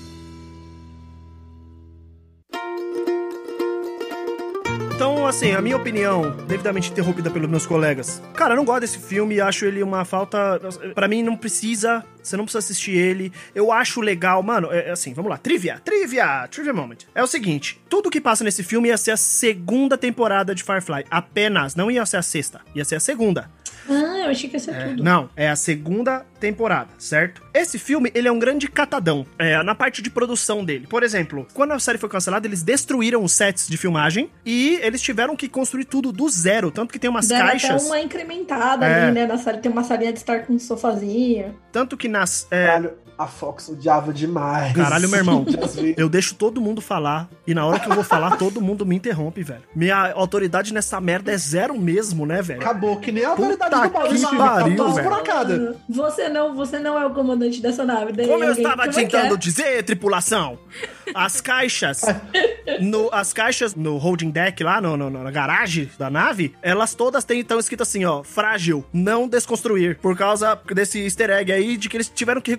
Então, assim, a minha opinião, devidamente interrompida pelos meus colegas. Cara, eu não gosto desse filme, acho ele uma falta... Pra mim, não precisa... Você não precisa assistir ele. Eu acho legal... Mano, é assim, vamos lá. Trivia, trivia, trivia moment. É o seguinte, tudo que passa nesse filme ia ser a segunda temporada de Firefly. Apenas, não ia ser a sexta. Ia ser a segunda.
Ah, eu achei que ia ser
É,
tudo.
não, é a segunda temporada, certo? Esse filme, ele é um grande catadão é, na parte de produção dele. Por exemplo, quando a série foi cancelada, eles destruíram os sets de filmagem e eles tiveram que construir tudo do zero, tanto que tem umas
Deram
caixas...
até uma incrementada
É.
ali, né? Na sala, tem uma salinha de estar com um sofazinho.
Tanto que nas... é,
Caralho, a Fox odiava demais.
Caralho, meu irmão.
Já vi.
Eu deixo todo mundo falar e na hora que eu vou falar, todo mundo me interrompe, velho. Minha autoridade nessa merda é zero mesmo, né, velho?
Acabou, que nem a autoridade
Puta
do Maurício.
que pariu,
Tá
velho.
esburacada.
Você não, você não é o comandante dessa nave. Daí
Como eu
alguém-
estava
como é que
tentando
é?
dizer, tripulação, as caixas, no, as caixas no holding deck lá, no, no- na garagem da nave, elas todas têm então escrito assim, ó, frágil, não desconstruir, por causa desse easter egg aí de que eles tiveram que reconstruir tudo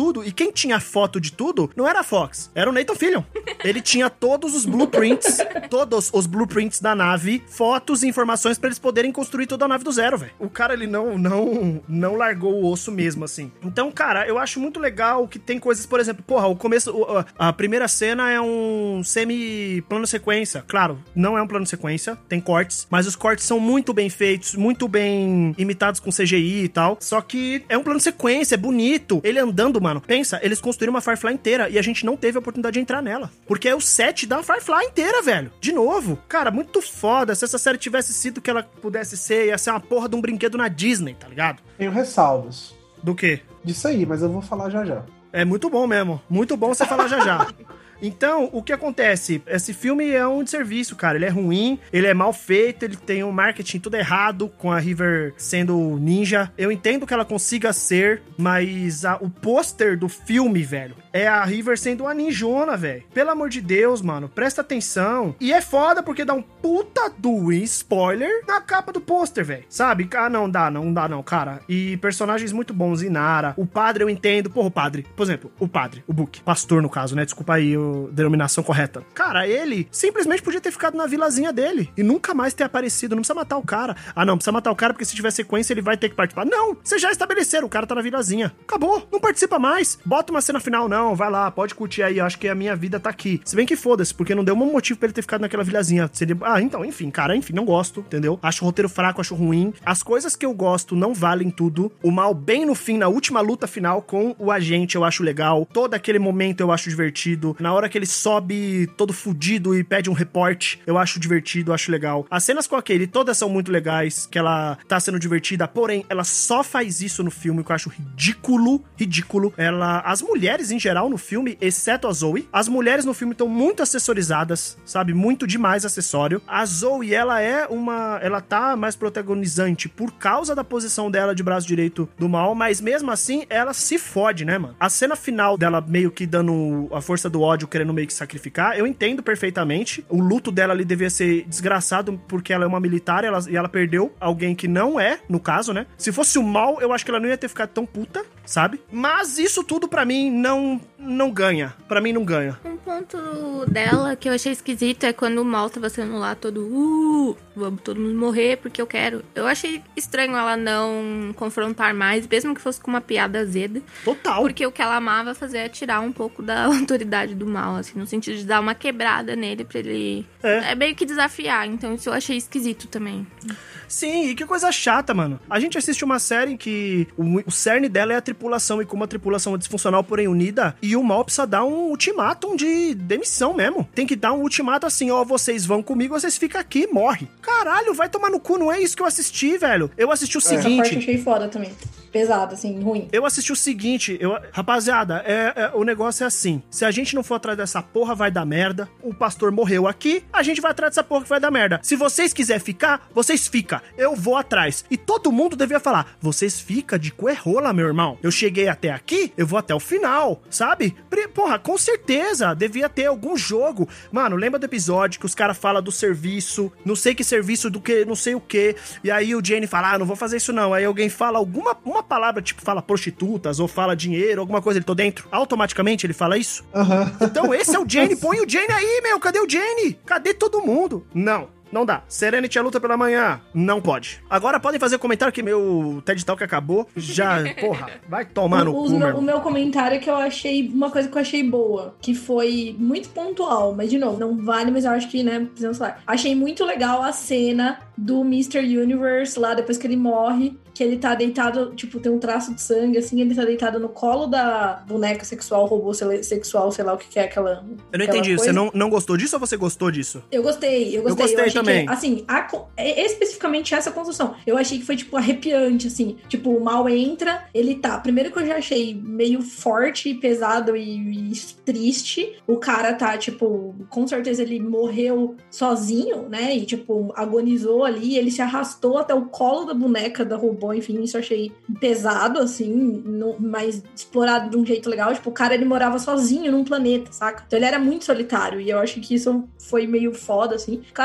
tudo. E quem tinha foto de tudo não era a Fox, era o Nathan Fillion. Ele tinha todos os blueprints, todos os blueprints da nave, fotos e informações pra eles poderem construir toda a nave do zero, velho. O cara, ele não, não, não largou o osso mesmo, assim. Então, cara, eu acho muito legal que tem coisas, por exemplo, porra, o começo, a primeira cena é um semi-plano sequência. Claro, não é um plano sequência, tem cortes, mas os cortes são muito bem feitos, muito bem imitados com C G I e tal. Só que é um plano sequência, é bonito. Ele andando, mano, pensa, eles construíram uma Firefly inteira e a gente não teve a oportunidade de entrar nela. Porque é o set da Firefly inteira, velho. De novo. Cara, muito foda. Se essa série tivesse sido o que ela pudesse ser, ia ser uma porra de um brinquedo na Disney, tá ligado?
Tenho ressalvas.
Do quê?
Disso aí, mas eu vou falar já já.
É muito bom mesmo. Muito bom você falar já já. Então, o que acontece? Esse filme é um desserviço, cara. Ele é ruim, ele é mal feito, ele tem um marketing tudo errado, com a River sendo ninja. Eu entendo que ela consiga ser, mas a, o pôster do filme, velho, é a River sendo uma ninjona, velho. Pelo amor de Deus, mano, presta atenção. E é foda porque dá um puta do spoiler na capa do pôster, velho. Sabe? Ah, não dá, não dá não, cara. E personagens muito bons, Inara. O padre eu entendo. Porra, o padre. Por exemplo, o padre, o Book. Pastor, no caso, né? Desculpa aí a denominação correta. Cara, ele simplesmente podia ter ficado na vilazinha dele e nunca mais ter aparecido. Não precisa matar o cara. Ah, não, precisa matar o cara porque se tiver sequência ele vai ter que participar. Não, vocês já estabeleceram. O cara tá na vilazinha. Acabou. Não participa mais. Bota uma cena final, não. Vai lá, pode curtir aí. Eu acho que a minha vida tá aqui. Se bem que foda-se, porque não deu um motivo pra ele ter ficado naquela vilazinha. Seria... Ah, então, enfim, cara, enfim, não gosto, entendeu? Acho o roteiro fraco, acho ruim. As coisas que eu gosto não valem tudo. O mal bem no fim, na última luta final com o agente, eu acho legal. Todo aquele momento eu acho divertido. Na hora que ele sobe todo fudido e pede um reporte, eu acho divertido, eu acho legal. As cenas com aquele, todas são muito legais, que ela tá sendo divertida, porém, ela só faz isso no filme, que eu acho ridículo, ridículo. Ela, as mulheres em geral no filme, exceto a Zoe, as mulheres no filme estão muito acessorizadas, sabe? Muito demais acessório. A Zoe, ela é uma, ela tá mais protagonizante por causa da posição dela de braço direito do mal, mas mesmo assim, ela se fode, né, mano? A cena final dela meio que dando a força do ódio, querendo meio que sacrificar, eu entendo perfeitamente. O luto dela ali devia ser desgraçado porque ela é uma militar e ela, e ela perdeu alguém que não é, no caso, né? Se fosse o mal, eu acho que ela não ia ter ficado tão puta, sabe? Mas isso tudo pra mim não, não ganha. Pra mim não ganha.
Um ponto dela que eu achei esquisito é quando o mal tava sendo lá todo uh, vamos todo mundo morrer porque eu quero. Eu achei estranho ela não confrontar mais, mesmo que fosse com uma piada azeda.
Total.
Porque o que ela amava fazer é tirar um pouco da autoridade do mal, assim, no sentido de dar uma quebrada nele pra ele... É, é meio que desafiar, então isso eu achei esquisito também.
Sim, e que coisa chata, mano. A gente assiste uma série em que o, o cerne dela é a tripulação, e como a tripulação é disfuncional, porém unida, e o mal precisa dar um ultimátum de demissão mesmo. Tem que dar um ultimato assim, ó, vocês vão comigo, vocês ficam aqui, morre. Caralho, vai tomar no cu, não é isso que eu assisti, velho. Eu assisti o
Essa
seguinte...
parte eu achei foda também. Pesado, assim, ruim.
Eu assisti o seguinte, eu, rapaziada, é, é, o negócio é assim, se a gente não for atrás dessa porra, vai dar merda, o pastor morreu aqui, a gente vai atrás dessa porra que vai dar merda. Se vocês quiserem ficar, vocês ficam, eu vou atrás. E todo mundo devia falar, vocês ficam de coerrola, meu irmão. Eu cheguei até aqui, eu vou até o final, sabe? Porra, com certeza, devia ter algum jogo. Mano, lembra do episódio que os caras falam do serviço, não sei que serviço, do que, não sei o que, e aí o Jane fala, ah, não vou fazer isso não, aí alguém fala alguma uma palavra, tipo, fala prostitutas ou fala dinheiro, alguma coisa, ele tô dentro. Automaticamente ele fala isso.
Uhum.
Então esse é o Jane, põe o Jane aí, meu, cadê o Jane? Cadê todo mundo? Não. Não dá. Serenity a luta pela manhã. Não pode. Agora podem fazer comentário que meu TED Talk acabou. Já, porra, vai tomar no
o,
cu,
meu,
meu.
O meu comentário é que eu achei uma coisa que eu achei boa, que foi muito pontual, mas de novo, não vale, mas eu acho que, né, precisamos falar. Achei muito legal a cena do mister Universe lá, depois que ele morre, que ele tá deitado, tipo, tem um traço de sangue, assim, ele tá deitado no colo da boneca sexual, robô sexual, sei lá o que que é aquela...
Eu não entendi, coisa. Você não, não gostou disso ou você gostou disso?
Eu gostei, eu gostei.
Eu gostei
eu achei
também.
Que, assim, a, especificamente essa construção, eu achei que foi, tipo, arrepiante, assim, tipo, o mal entra, ele tá, primeiro que eu já achei meio forte, pesado e, e triste, o cara tá, tipo, com certeza ele morreu sozinho, né, e, tipo, agonizou ali, ele se arrastou até o colo da boneca da robô, enfim, isso eu achei pesado, assim, no, mas explorado de um jeito legal. Tipo, o cara, ele morava sozinho num planeta, saca? Então ele era muito solitário, e eu acho que isso foi meio foda, assim. Claro que eu tô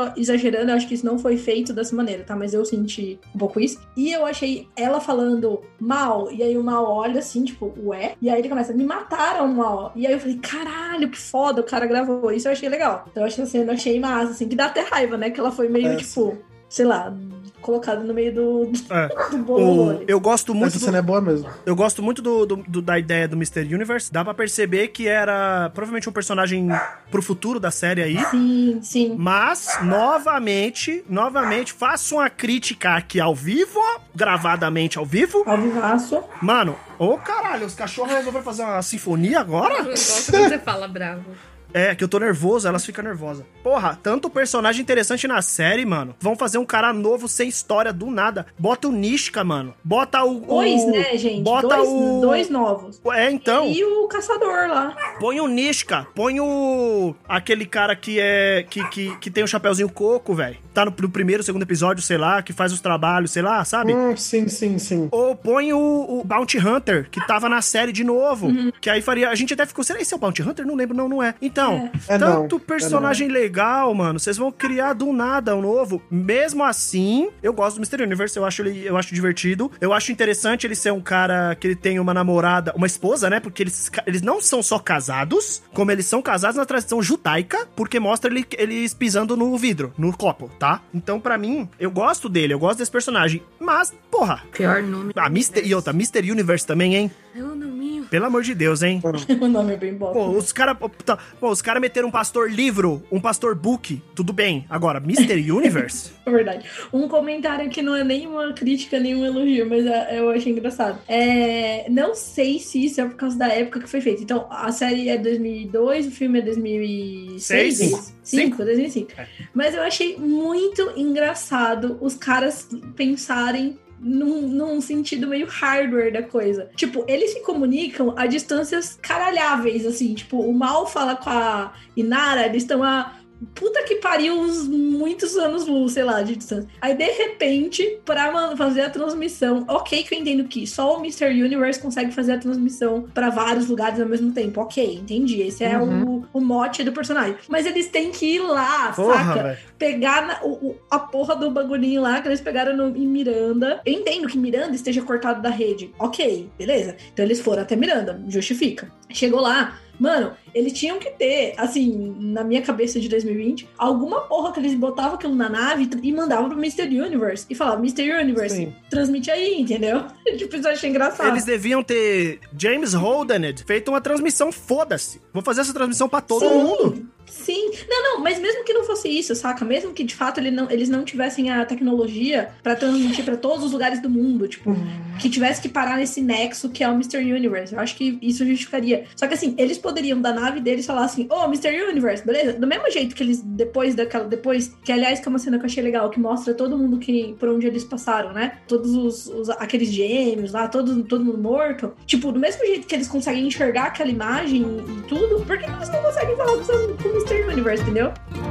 só exagerando, eu acho que isso não foi feito dessa maneira, tá? Mas eu senti um pouco isso. E eu achei ela falando mal, e aí o Mal olha assim, tipo, ué? E aí ele começa, me mataram, Mal. E aí eu falei, caralho, que foda, o cara gravou. Isso eu achei legal. Então eu achei assim, eu achei massa, assim, que dá até raiva, né? Que ela foi meio, é, tipo, sim. sei lá... colocado no meio do,
é.
do bolo.
Eu gosto muito.
Essa do, cena é boa mesmo.
Eu gosto muito do, do, do, da ideia do mister Universe. Dá pra perceber que era provavelmente um personagem pro futuro da série aí.
Sim, sim.
Mas, novamente, novamente, faço uma crítica aqui ao vivo, gravadamente ao vivo.
Ao vivaço.
Mano, ô oh, caralho, os cachorros resolveram fazer uma sinfonia agora?
Eu gosto quando você fala bravo.
É, que eu tô nervoso, elas ficam nervosas. Porra, tanto personagem interessante na série, mano. Vão fazer um cara novo sem história do nada. Bota o Nishka, mano. Bota o...
Dois,
o,
né, gente?
Bota
dois,
o...
dois novos.
É, então.
E o Caçador lá.
Põe o Nishka. Põe o... Aquele cara que é... Que, que, que tem o chapeuzinho coco, velho. Tá no, no primeiro, segundo episódio, sei lá. Que faz os trabalhos, sei lá, sabe?
Hum, sim, sim, sim.
Ou põe o, o Bounty Hunter, que tava na série de novo. Uhum. Que aí faria... A gente até ficou... Será esse é o Bounty Hunter? Não lembro, não, não é. Então...
É,
tanto
não,
personagem é legal, mano. Vocês vão criar do nada um novo. Mesmo assim, eu gosto do mister Universe. Eu acho ele, eu acho divertido. Eu acho interessante ele ser um cara que ele tem uma namorada, uma esposa, né? Porque eles, eles não são só casados, como eles são casados na tradição judaica, porque mostra ele, eles pisando no vidro, no copo, tá? Então, pra mim, eu gosto dele, eu gosto desse personagem. Mas, porra.
Pior nome.
Ah, mister, e outra, mister Universe também, hein?
É o nominho.
Pelo amor de Deus, hein?
O nome é bem bom.
Pô, os caras pô, os cara meteram um pastor livro, um pastor book, tudo bem. Agora, mister Universe?
É verdade. Um comentário que não é nem uma crítica, nem um elogio, mas eu achei engraçado. É, não sei se isso é por causa da época que foi feito. Então, a série é dois mil e dois, o filme é dois mil e seis? cinco, dois mil e cinco. É. Mas eu achei muito engraçado os caras pensarem Num, num sentido meio hardware da coisa. Tipo, eles se comunicam a distâncias caralháveis, assim. Tipo, o Mal fala com a Inara, eles estão a... Puta que pariu, uns muitos anos luz, sei lá, de distância. Aí, de repente, pra fazer a transmissão, ok que eu entendo que só o mister Universe consegue fazer a transmissão pra vários lugares ao mesmo tempo. Ok, entendi. Esse é uhum. o, o mote do personagem. Mas eles têm que ir lá, porra, saca? Véio. Pegar na, o, a porra do bagulhinho lá que eles pegaram no, em Miranda. Eu entendo que Miranda esteja cortado da rede. Ok, beleza. Então eles foram até Miranda, justifica. Chegou lá, mano, eles tinham que ter, assim, na minha cabeça de dois mil e vinte, alguma porra que eles botavam aquilo na nave e mandavam pro mister Universe. E falavam, mister Universe, sim, transmite aí, entendeu? Tipo, isso eu achei engraçado.
Eles deviam ter James Holden feito uma transmissão, foda-se. Vou fazer essa transmissão pra todo
sim.
mundo.
Sim, não, não, mas mesmo que não fosse isso, saca? Mesmo que de fato ele não, eles não tivessem a tecnologia pra transmitir pra todos os lugares do mundo, tipo, uhum. que tivesse que parar nesse nexo que é o mister Universe, eu acho que isso justificaria. Só que assim, eles poderiam da nave deles falar assim, ô, oh, mister Universe, beleza? Do mesmo jeito que eles, depois daquela, depois, que aliás que é uma cena que eu achei legal, que mostra todo mundo que, por onde eles passaram, né? Todos os, os aqueles gêmeos lá, todo, todo mundo morto. Tipo, do mesmo jeito que eles conseguem enxergar aquela imagem e tudo, por que eles não conseguem falar com o mister Universe, entendeu?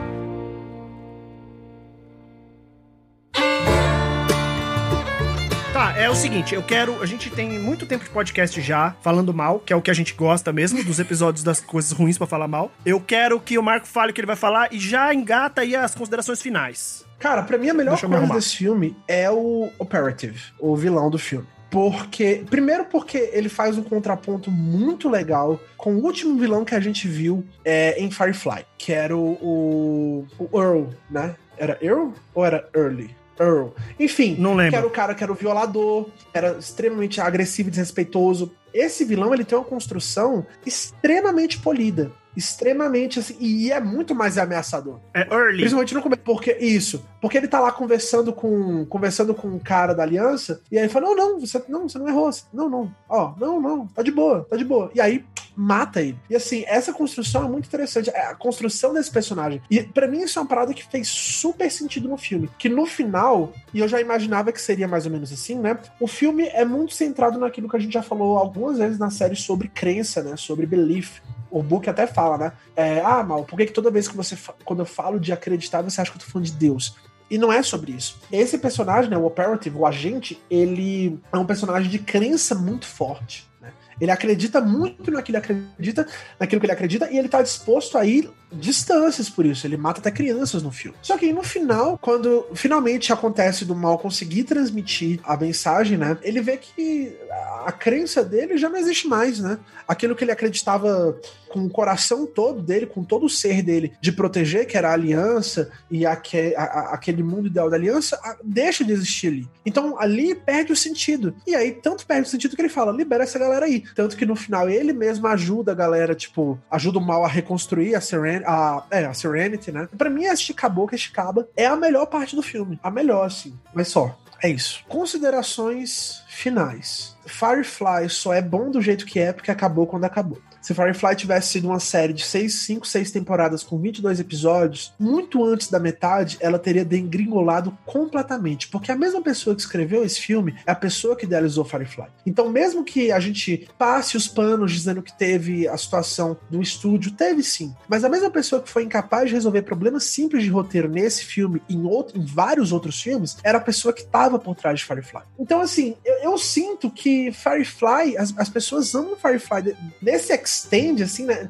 Tá, é o seguinte, eu quero... A gente tem muito tempo de podcast já, falando mal, que é o que a gente gosta mesmo, dos episódios das coisas ruins pra falar mal. Eu quero que o Marco fale o que ele vai falar e já engata aí as considerações finais.
Cara, pra mim a melhor coisa desse filme é o Operative, o vilão do filme. Porque, primeiro porque ele faz um contraponto muito legal com o último vilão que a gente viu é, em Firefly, que era o, o, o Earl, né? Era Earl ou era Early? Earl. Enfim,
não lembro.
Que era o cara que era o violador, era extremamente agressivo e desrespeitoso. Esse vilão, ele tem uma construção extremamente polida. Extremamente assim, e é muito mais ameaçador.
É early.
Principalmente no começo. Porque, isso. Porque ele tá lá conversando com conversando com um cara da aliança, e aí ele fala, não, não, você não, você não errou. Não, não. Ó, não, não, tá de boa, tá de boa. E aí, mata ele. E assim, essa construção é muito interessante. A construção desse personagem. E pra mim isso é uma parada que fez super sentido no filme. Que no final, e eu já imaginava que seria mais ou menos assim, né? O filme é muito centrado naquilo que a gente já falou algumas vezes na série sobre crença, né? Sobre belief. O Book até fala, né? É, ah, Mal, por que, que toda vez que você... Quando eu falo de acreditar, você acha que eu tô falando de Deus? E não é sobre isso. Esse personagem, né, o Operative, o agente, ele é um personagem de crença muito forte, né? Ele acredita muito naquilo que ele acredita, naquilo que ele acredita, e ele tá disposto a ir distâncias por isso, ele mata até crianças no filme. Só que aí no final, quando finalmente acontece do mal conseguir transmitir a mensagem, né, ele vê que a crença dele já não existe mais, né? Aquilo que ele acreditava com o coração todo dele, com todo o ser dele, de proteger, que era a aliança e aque, a, a, aquele mundo ideal da aliança, a, deixa de existir ali. Então ali perde o sentido. E aí tanto perde o sentido que ele fala, libera essa galera aí. Tanto que no final ele mesmo ajuda a galera, tipo, ajuda o mal a reconstruir a, Seren a, é, a Serenity, né? Pra mim, a Chicaboca Chicaba é a melhor parte do filme. A melhor, assim. Mas só, é isso. Considerações finais. Firefly só é bom do jeito que é porque acabou quando acabou. Se Firefly tivesse sido uma série de cinco, seis temporadas com vinte e dois episódios, muito antes da metade, ela teria degringolado completamente, porque a mesma pessoa que escreveu esse filme é a pessoa que idealizou Firefly. Então, mesmo que a gente passe os panos dizendo que teve a situação do estúdio, teve sim, mas a mesma pessoa que foi incapaz de resolver problemas simples de roteiro nesse filme e em, outro, em vários outros filmes, era a pessoa que estava por trás de Firefly. Então, assim, eu, eu sinto que Firefly, as, as pessoas amam Firefly nesse extend, assim, né,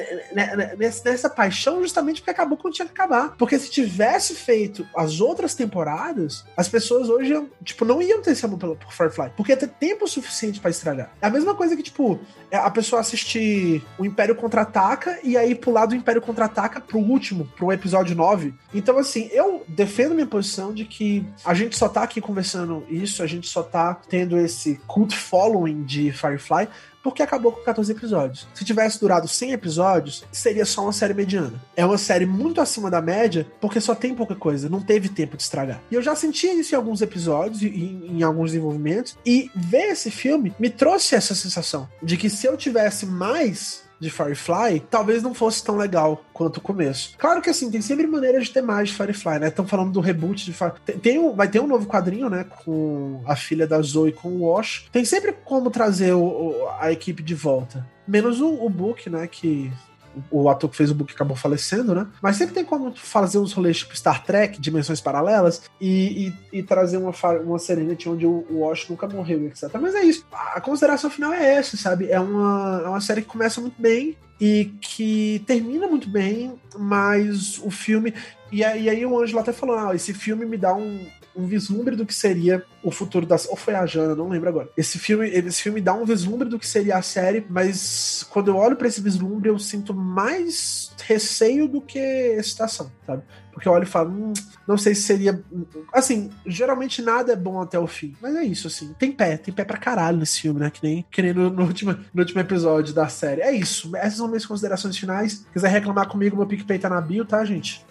nessa, nessa paixão, justamente porque acabou quando tinha que acabar. Porque se tivesse feito as outras temporadas, as pessoas hoje, tipo, não iam ter esse amor por Firefly, porque ia ter tempo suficiente pra estragar. É a mesma coisa que, tipo, a pessoa assistir o Império Contra-Ataca e aí pular do Império Contra-Ataca pro último, pro episódio nove. Então, assim, eu defendo minha posição de que a gente só tá aqui conversando isso, a gente só tá tendo esse cult following de Firefly porque acabou com catorze episódios. Se tivesse durado cem episódios, seria só uma série mediana. É uma série muito acima da média, porque só tem pouca coisa, não teve tempo de estragar. E eu já sentia isso em alguns episódios, em, em alguns desenvolvimentos, e ver esse filme me trouxe essa sensação de que se eu tivesse mais de Firefly, talvez não fosse tão legal quanto o começo. Claro que assim, tem sempre maneira de ter mais de Firefly, né? Estão falando do reboot de Firefly. Tem, tem um, vai ter um novo quadrinho, né? Com a filha da Zoe com o Wash. Tem sempre como trazer o, o, a equipe de volta. Menos o, o Book, né? Que o ator que fez o Book acabou falecendo, né? Mas sempre tem como fazer uns rolês tipo Star Trek, dimensões paralelas, e, e, e trazer uma, uma Serenity onde o, o Wash nunca morreu, etcétera. Mas é isso. A consideração final é essa, sabe? É uma, é uma série que começa muito bem e que termina muito bem, mas o filme... E aí, e aí o Ângelo até falou, ah, esse filme me dá um... um vislumbre do que seria o futuro da... Ou foi a Jana, não lembro agora. Esse filme, esse filme dá um vislumbre do que seria a série, mas quando eu olho pra esse vislumbre, eu sinto mais receio do que excitação, sabe? Porque eu olho e falo, hum, não sei se seria... Assim, geralmente nada é bom até o fim. Mas é isso, assim. Tem pé, tem pé pra caralho nesse filme, né? Que nem, que nem no, no, último, no último episódio da série. É isso. Essas são minhas considerações finais. Se quiser reclamar comigo, meu PicPay tá na bio, tá, gente?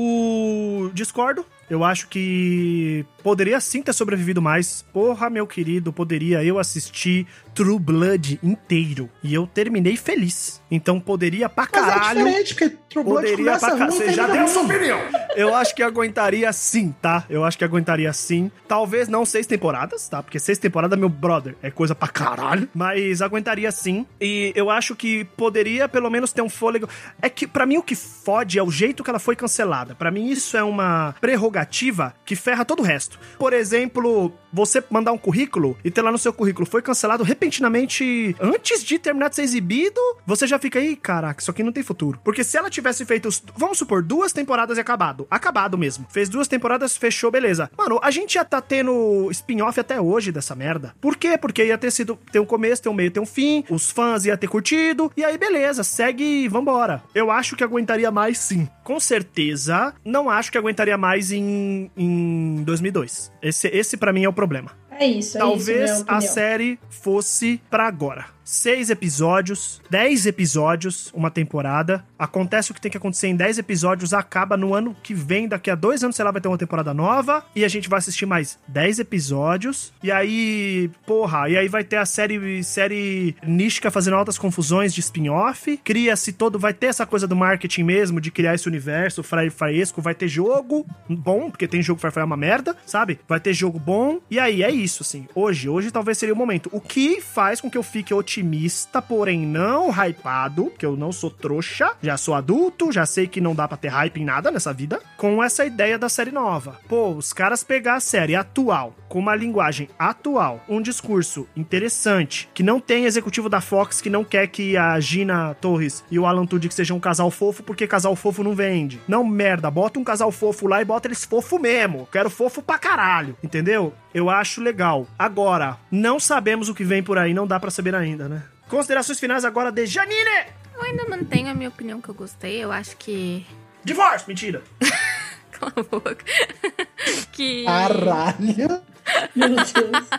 Eu discordo. Eu acho que poderia sim ter sobrevivido mais. Porra, meu querido, poderia eu assistir True Blood inteiro. E eu terminei feliz. Então poderia pra caralho.
Mas é diferente, porque True Blood
poderia
começa
pra
ruim,
Você já
termina
deu
ruim.
sua opinião. Eu acho que aguentaria sim, tá? Eu acho que aguentaria sim. Talvez não seis temporadas, tá? Porque seis temporadas, meu brother, é coisa pra caralho. Mas aguentaria sim. E eu acho que poderia pelo menos ter um fôlego. É que pra mim o que fode é o jeito que ela foi cancelada. Pra mim isso é uma prerrogativa que ferra todo o resto. Por exemplo, você mandar um currículo e ter lá no seu currículo foi cancelado repentinamente antes de terminar de ser exibido, você já fica aí, caraca, isso aqui não tem futuro. Porque se ela tivesse feito, vamos supor, duas temporadas e acabado. Acabado mesmo. Fez duas temporadas, fechou, beleza. Mano, a gente já tá tendo spin-off até hoje dessa merda. Por quê? Porque ia ter sido, ter um começo, ter um meio, ter um fim, os fãs iam ter curtido, e aí beleza, segue e vambora. Eu acho que aguentaria mais sim. Com certeza, não acho que aguentaria mais em, em dois mil e dois. Esse, esse pra mim é o problema.
É isso, é
Talvez
isso,
a série fosse pra agora. Seis episódios, dez episódios, uma temporada. Acontece o que tem que acontecer em dez episódios, acaba no ano que vem, daqui a dois anos, sei lá, vai ter uma temporada nova, e a gente vai assistir mais dez episódios, e aí, porra, e aí vai ter a série, série Nística fazendo altas confusões de spin-off, cria-se todo, vai ter essa coisa do marketing mesmo, de criar esse universo fresco, vai ter jogo bom, porque tem jogo Firefly é uma merda, sabe? Vai ter jogo bom, e aí é isso, assim, hoje, hoje talvez seria o momento. O que faz com que eu fique otimista otimista, porém não hypado, que eu não sou trouxa, já sou adulto, já sei que não dá pra ter hype em nada nessa vida, com essa ideia da série nova. Pô, os caras pegar a série atual, com uma linguagem atual, um discurso interessante, que não tem executivo da Fox que não quer que a Gina Torres e o Alan Tudyk sejam um casal fofo, porque casal fofo não vende. Não, merda, bota um casal fofo lá e bota eles fofo mesmo. Quero fofo pra caralho, entendeu? Eu acho legal. Agora, não sabemos o que vem por aí, não dá pra saber ainda, né? Considerações finais agora de Janine!
Eu ainda mantenho a minha opinião que eu gostei, eu acho que...
Divórcio, mentira!
Cala a boca. que...
Caralho!
Meu Deus.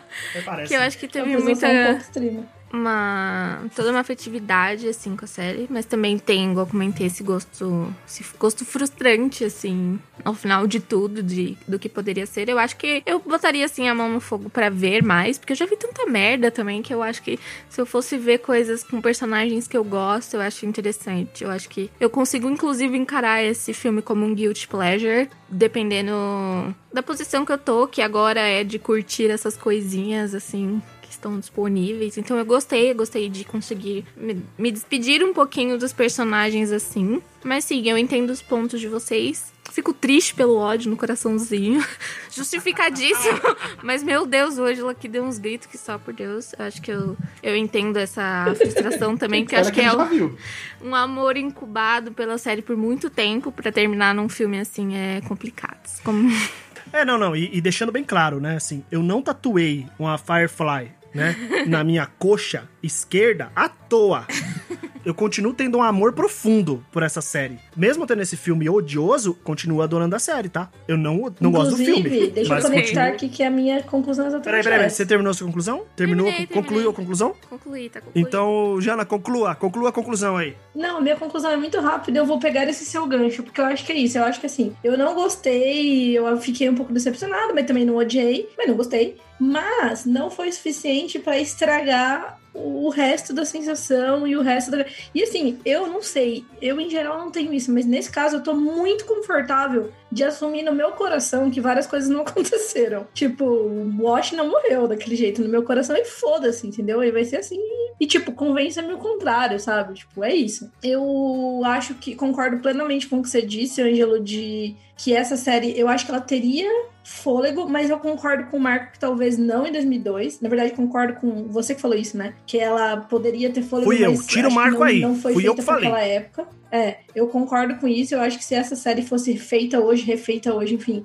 Que eu acho que teve
Uma
muita...
um pouco extrema.
Uma, toda uma afetividade, assim, com a série. Mas também tem, igual eu comentei, esse gosto, esse gosto frustrante, assim, ao final de tudo, de, do que poderia ser. Eu acho que eu botaria, assim, a mão no fogo pra ver mais, porque eu já vi tanta merda também, que eu acho que se eu fosse ver coisas com personagens que eu gosto, eu acho interessante. Eu acho que eu consigo, inclusive, encarar esse filme como um guilty pleasure, dependendo da posição que eu tô, que agora é de curtir essas coisinhas, assim... estão disponíveis. Então eu gostei, eu gostei de conseguir me, me despedir um pouquinho dos personagens assim. Mas sim, eu entendo os pontos de vocês. Fico triste pelo ódio no coraçãozinho. Justificadíssimo. Mas, meu Deus, hoje ela aqui deu uns gritos que só por Deus. Eu acho que eu, eu entendo essa frustração também. Porque eu acho que, que é um, um amor incubado pela série por muito tempo. Pra terminar num filme assim é complicado. Como...
É, não, não. E, e deixando bem claro, né? Assim, eu não tatuei uma Firefly, né, na minha coxa esquerda à toa. Eu continuo tendo um amor profundo por essa série. Mesmo tendo esse filme odioso, continuo adorando a série, tá? Eu não, não gosto do filme.
Inclusive, deixa eu conectar continuo... aqui que a minha conclusão é exatamente
Peraí, peraí, peraí. Você terminou a sua conclusão? Terminou?
Terminei,
concluiu
terminei.
a conclusão?
Concluí, tá concluído.
Então, Jana, conclua. Conclua a conclusão aí.
Não, minha conclusão é muito rápida. Eu vou pegar esse seu gancho, porque eu acho que é isso. Eu acho que assim, eu não gostei, eu fiquei um pouco decepcionada, mas também não odiei, mas não gostei. Mas não foi suficiente pra estragar o resto da sensação e o resto da... E assim, eu não sei, eu em geral não tenho isso, mas nesse caso eu tô muito confortável de assumir no meu coração que várias coisas não aconteceram. Tipo, o Wash não morreu daquele jeito no meu coração e foda-se, entendeu? E vai ser assim e, tipo, convença-me o contrário, sabe? Tipo, é isso. Eu acho que concordo plenamente com o que você disse, Ângelo, de que essa série, eu acho que ela teria fôlego, mas eu concordo com o Marco que talvez não em dois mil e dois. Na verdade, concordo com você que falou isso, né? Que ela poderia ter fôlego,
Fui eu,
mas
tira o
acho que
Marco
não,
aí.
não foi
Fui eu
feita
que falei.
naquela época. É, eu concordo com isso. Eu acho que se essa série fosse feita hoje, refeita hoje, enfim,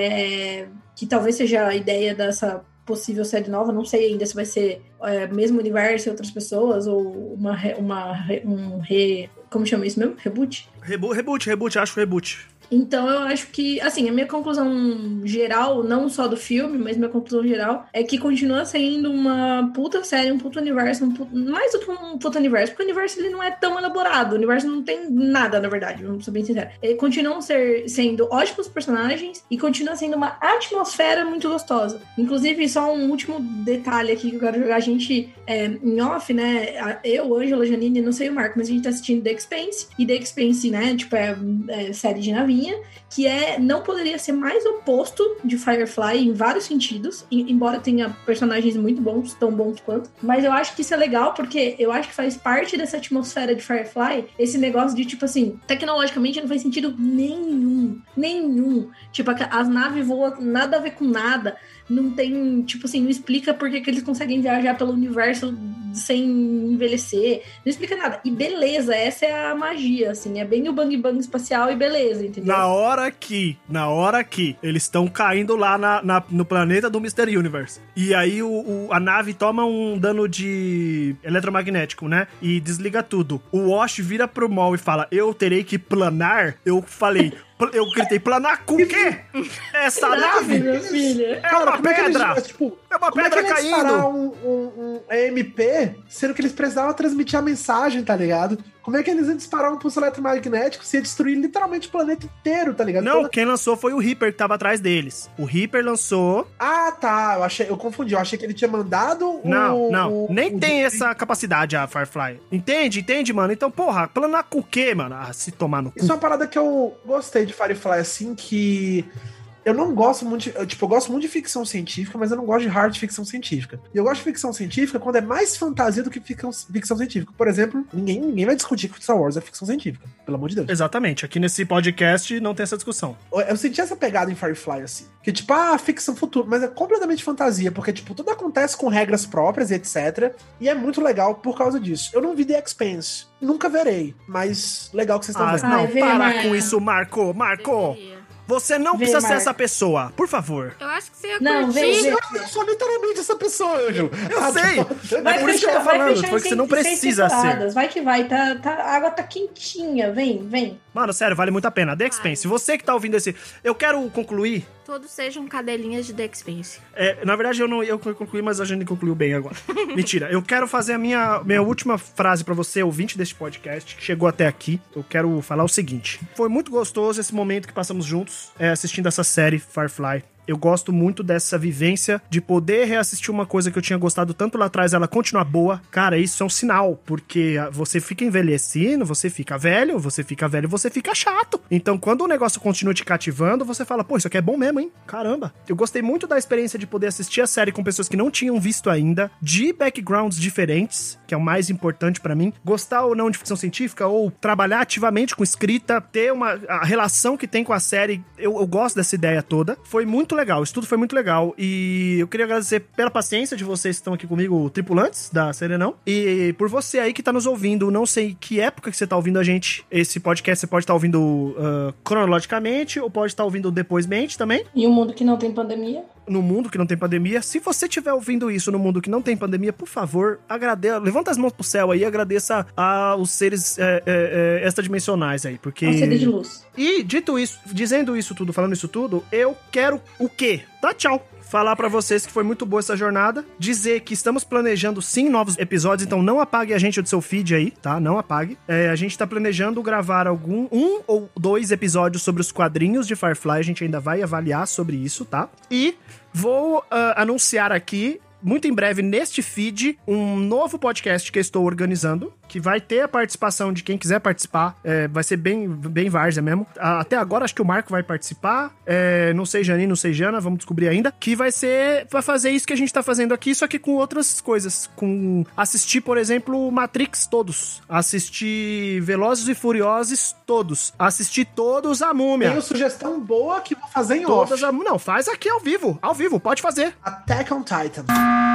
é, que talvez seja a ideia dessa possível série nova, não sei ainda se vai ser é, mesmo universo e outras pessoas, ou uma, uma um re... como chama isso mesmo? Reboot?
Reboot, reboot, reboot, acho reboot.
Então eu acho que, assim, a minha conclusão geral, não só do filme, mas minha conclusão geral é que continua sendo uma puta série, um puto universo, um puto, mais do que um puto universo, porque o universo ele não é tão elaborado, o universo não tem nada, na verdade, vamos ser bem sinceros. Ele continua ser, sendo ótimos personagens e continua sendo uma atmosfera muito gostosa. Inclusive, só um último detalhe aqui que eu quero jogar a gente é, em off, né, eu, Ângela, Janine, não sei o Marco, mas a gente tá assistindo The Expanse, e The Expanse, né, tipo, é, é série de navinha, que é, não poderia ser mais oposto de Firefly em vários sentidos, e, embora tenha personagens muito bons, tão bons quanto, mas eu acho que isso é legal porque eu acho que faz parte dessa atmosfera de Firefly, esse negócio de, tipo assim, tecnologicamente não faz sentido nenhum, nenhum, tipo, as naves voam nada a ver com nada, não tem, tipo assim, não explica por que, que eles conseguem viajar pelo universo sem envelhecer, não explica nada, e beleza, essa é a magia, assim, é bem o bang bang espacial e beleza, entendeu?
Na hora que, na hora que eles estão caindo lá na, na, no planeta do mister Universe, e aí o, o, a nave toma um dano de eletromagnético, né, e desliga tudo, o Wash vira pro Maul e fala, eu terei que planar, eu falei... Eu gritei, planar com o quê? Essa nave
meu filho.
é Cara, uma pedra!
É, tipo,
é uma pedra
é que
caindo!
Um, um, um M P, sendo que eles precisavam transmitir a mensagem, tá ligado? Como é que eles iam disparar um pulso eletromagnético se ia destruir literalmente o planeta inteiro, tá ligado?
Não,
Toda...
quem lançou foi o Reaper que tava atrás deles. O Reaper lançou...
Ah, tá. Eu, achei, eu confundi. Eu achei que ele tinha mandado
Não,
o...
não.
o,
Nem
o
tem
de...
essa capacidade a Firefly. Entende? Entende, mano? Então, porra, planar com o quê, mano? Ah, se tomar no cu.
Isso é uma parada que eu gostei de Firefly, assim, que... eu não gosto muito, de, eu, tipo, eu gosto muito de ficção científica, mas eu não gosto de hard ficção científica. E eu gosto de ficção científica quando é mais fantasia do que ficção, ficção científica. Por exemplo, ninguém, ninguém vai discutir que Star Wars é ficção científica, pelo amor de Deus.
Exatamente, aqui nesse podcast não tem essa discussão.
Eu, eu senti essa pegada em Firefly, assim, que tipo, ah, ficção futura, mas é completamente fantasia, porque tipo, tudo acontece com regras próprias e etcétera. E é muito legal por causa disso. Eu não vi The Expanse, nunca verei, mas legal que vocês estão
Ah,
vendo.
não,
Ai, vê,
para
Marco.
com isso, Marco, Marco!
Deveria.
Você não
Vê,
precisa ser
Marco.
essa pessoa, por favor.
Eu acho que você ia
Não,
curtir.
vê, vê.
Eu, eu sou literalmente essa pessoa, Anjo.
Eu sei.
Vai
É por isso que eu tô
fechar- vai
falando,
fechar
foi
em
que você não
seis
precisa ser.
temporadas. Vai que vai, tá, tá, a água tá quentinha, vem, vem.
Mano, sério, vale muito a pena. The Expanse, você que tá ouvindo esse... Eu quero concluir...
Todos sejam cadelinhas de The Expanse.
É, na verdade, eu não eu concluí, mas a gente concluiu bem agora. Mentira. Eu quero fazer a minha, minha última frase pra você, ouvinte deste podcast, que chegou até aqui. Eu quero falar o seguinte. Foi muito gostoso esse momento que passamos juntos, é, assistindo essa série, Firefly. Eu gosto muito dessa vivência de poder reassistir uma coisa que eu tinha gostado tanto lá atrás, ela continuar boa. Cara, isso é um sinal, porque você fica envelhecendo, você fica velho, você fica velho, você fica chato. Então, quando o negócio continua te cativando, você fala, pô, isso aqui é bom mesmo, hein? Caramba. Eu gostei muito da experiência de poder assistir a série com pessoas que não tinham visto ainda, de backgrounds diferentes, que é o mais importante pra mim. Gostar ou não de ficção científica, ou trabalhar ativamente com escrita, ter uma a relação que tem com a série, eu, eu gosto dessa ideia toda. Foi muito legal, isso tudo foi muito legal. E eu queria agradecer pela paciência de vocês que estão aqui comigo, tripulantes da Serenão. E por você aí que tá nos ouvindo, não sei que época que você tá ouvindo a gente. Esse podcast você pode estar tá ouvindo uh, cronologicamente, ou pode estar tá ouvindo depoismente também.
E um mundo que não tem pandemia?
No mundo que não tem pandemia. Se você estiver ouvindo isso no mundo que não tem pandemia, por favor, agradeça, levanta as mãos pro céu aí e agradeça aos seres é, é, é, extradimensionais aí, porque...
Um C D de luz.
E, dito isso, dizendo isso tudo, falando isso tudo, eu quero o quê? Dá tchau. Falar pra vocês que foi muito boa essa jornada. Dizer que estamos planejando, sim, novos episódios, então não apague a gente do seu feed aí, tá? Não apague. É, a gente tá planejando gravar algum, um ou dois episódios sobre os quadrinhos de Firefly, a gente ainda vai avaliar sobre isso, tá? E vou uh, anunciar aqui, muito em breve, neste feed, um novo podcast que eu estou organizando, que vai ter a participação de quem quiser participar. É, vai ser bem, bem várzea mesmo. Até agora, acho que o Marco vai participar. É, não sei Janine, não sei Jana, vamos descobrir ainda. Que vai ser... Vai fazer isso que a gente tá fazendo aqui, só que com outras coisas. Com assistir, por exemplo, Matrix todos. Assistir Velozes e Furiosos todos. Assistir todos a Múmia.
Tenho sugestão boa que vou fazer em
Todas
off.
a... Não, faz aqui ao vivo. Ao vivo, pode fazer.
Attack on Titan.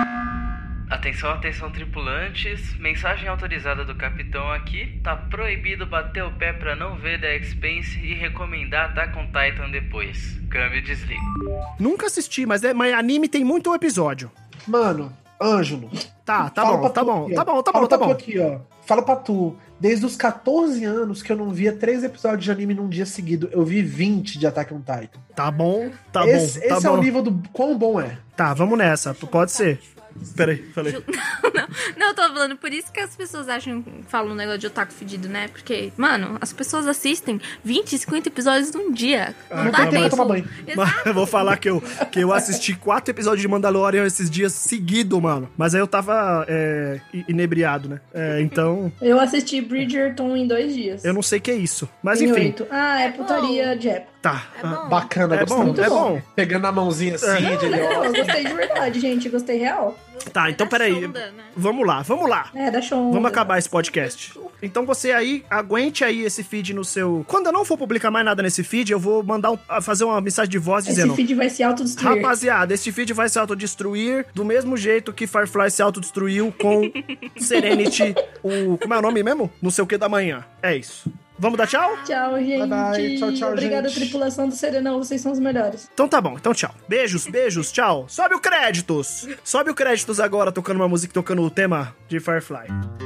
Atenção, atenção, tripulantes. Mensagem autorizada do capitão aqui. Tá proibido bater o pé pra não ver The Expanse e recomendar Attack on Titan depois. Câmbio e desligo.
Nunca assisti, mas, é, mas anime tem muito episódio.
Mano, Ângelo.
Tá, tá
fala
bom,
pra
tá
tu
bom,
aqui,
tá
ó.
bom, tá
Fala
bom, tá
pra tu
bom.
aqui, ó. Fala pra tu. Desde os catorze anos que eu não via três episódios de anime num dia seguido, eu vi vinte de Attack on Titan.
Tá bom, tá
esse
bom, tá
esse é
bom.
o nível do quão bom é.
Tá, vamos nessa, pode ser. Peraí, falei.
Não, não, eu tô falando, por isso que as pessoas acham, falam um negócio de otaku fedido, né? Porque, mano, as pessoas assistem vinte, cinquenta episódios num dia. Não
não
dá
tem tempo pra
tempo.
tomar banho.
Mas
Exato.
eu vou falar que eu, que eu assisti quatro episódios de Mandalorian esses dias seguido, mano. Mas aí eu tava é, inebriado, né? É, então,
Eu assisti Bridgerton em dois dias.
eu não sei o que é isso. Mas
Em
enfim,
oito. Ah, é putaria de época.
tá.
É bom.
Bacana,
É
gostando.
bom, é bom.
Pegando a mãozinha assim, de
Não, eu gostei de verdade, gente. Gostei real.
Tá, então
Da
peraí.
sonda, né?
Vamos lá, vamos lá.
É, da show.
Vamos acabar esse podcast. Então você aí, aguente aí esse feed no seu... Quando eu não for publicar mais nada nesse feed, eu vou mandar um- fazer uma mensagem de voz dizendo...
Esse feed vai se autodestruir.
Rapaziada, esse feed vai se autodestruir do mesmo jeito que Firefly se autodestruiu com Serenity, o... Como é o nome mesmo? Não sei o que da manhã. É isso. Vamos dar tchau?
Tchau, gente.
Bye, bye. Tchau, tchau,
Obrigada,
gente.
tripulação do Serenão. Vocês são os melhores.
Então tá bom, então tchau. Beijos, beijos, tchau. Sobe o créditos. Sobe o créditos agora, tocando uma música, tocando o tema de Firefly.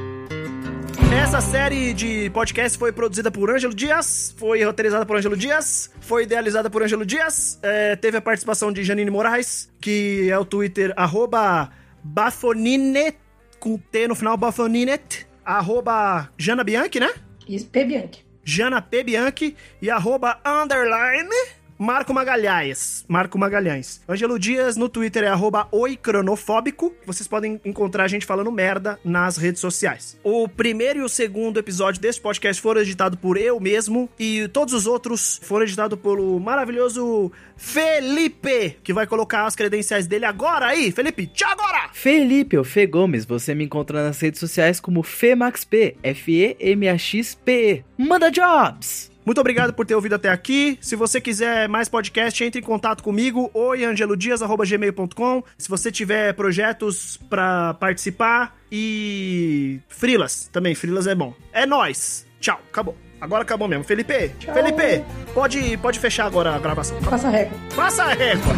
Essa série de podcast foi produzida por Ângelo Dias, foi roteirizada por Ângelo Dias, foi idealizada por Ângelo Dias, é, teve a participação de Janine Moraes, que é o Twitter, arroba Bafonine, com T no final, Bafoninet, arroba Jana Bianchi, né?
Isso, P. Bianchi.
Jana P. Bianchi e arroba underline Marco Magalhães. Marco Magalhães. Ângelo Dias no Twitter é arroba oicronofóbico. Vocês podem encontrar a gente falando merda nas redes sociais. O primeiro e o segundo episódio desse podcast foram editados por eu mesmo e todos os outros foram editados pelo maravilhoso Felipe, que vai colocar as credenciais dele agora aí. Felipe, tchau agora!
Felipe, ou Fê Gomes, você me encontra nas redes sociais como FemaxP, F E M A X P E. Manda jobs!
Muito obrigado por ter ouvido até aqui. Se você quiser mais podcast, entre em contato comigo. Oi, angelodias arroba gmail ponto com. Se você tiver projetos pra participar e frilas também, frilas é bom. É nóis. Tchau, acabou. Agora acabou mesmo. Felipe, Tchau. Felipe, pode, pode fechar agora a gravação.
Passa a régua.
Passa a régua.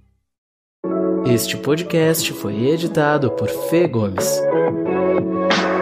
Este podcast foi editado por Fê Gomes.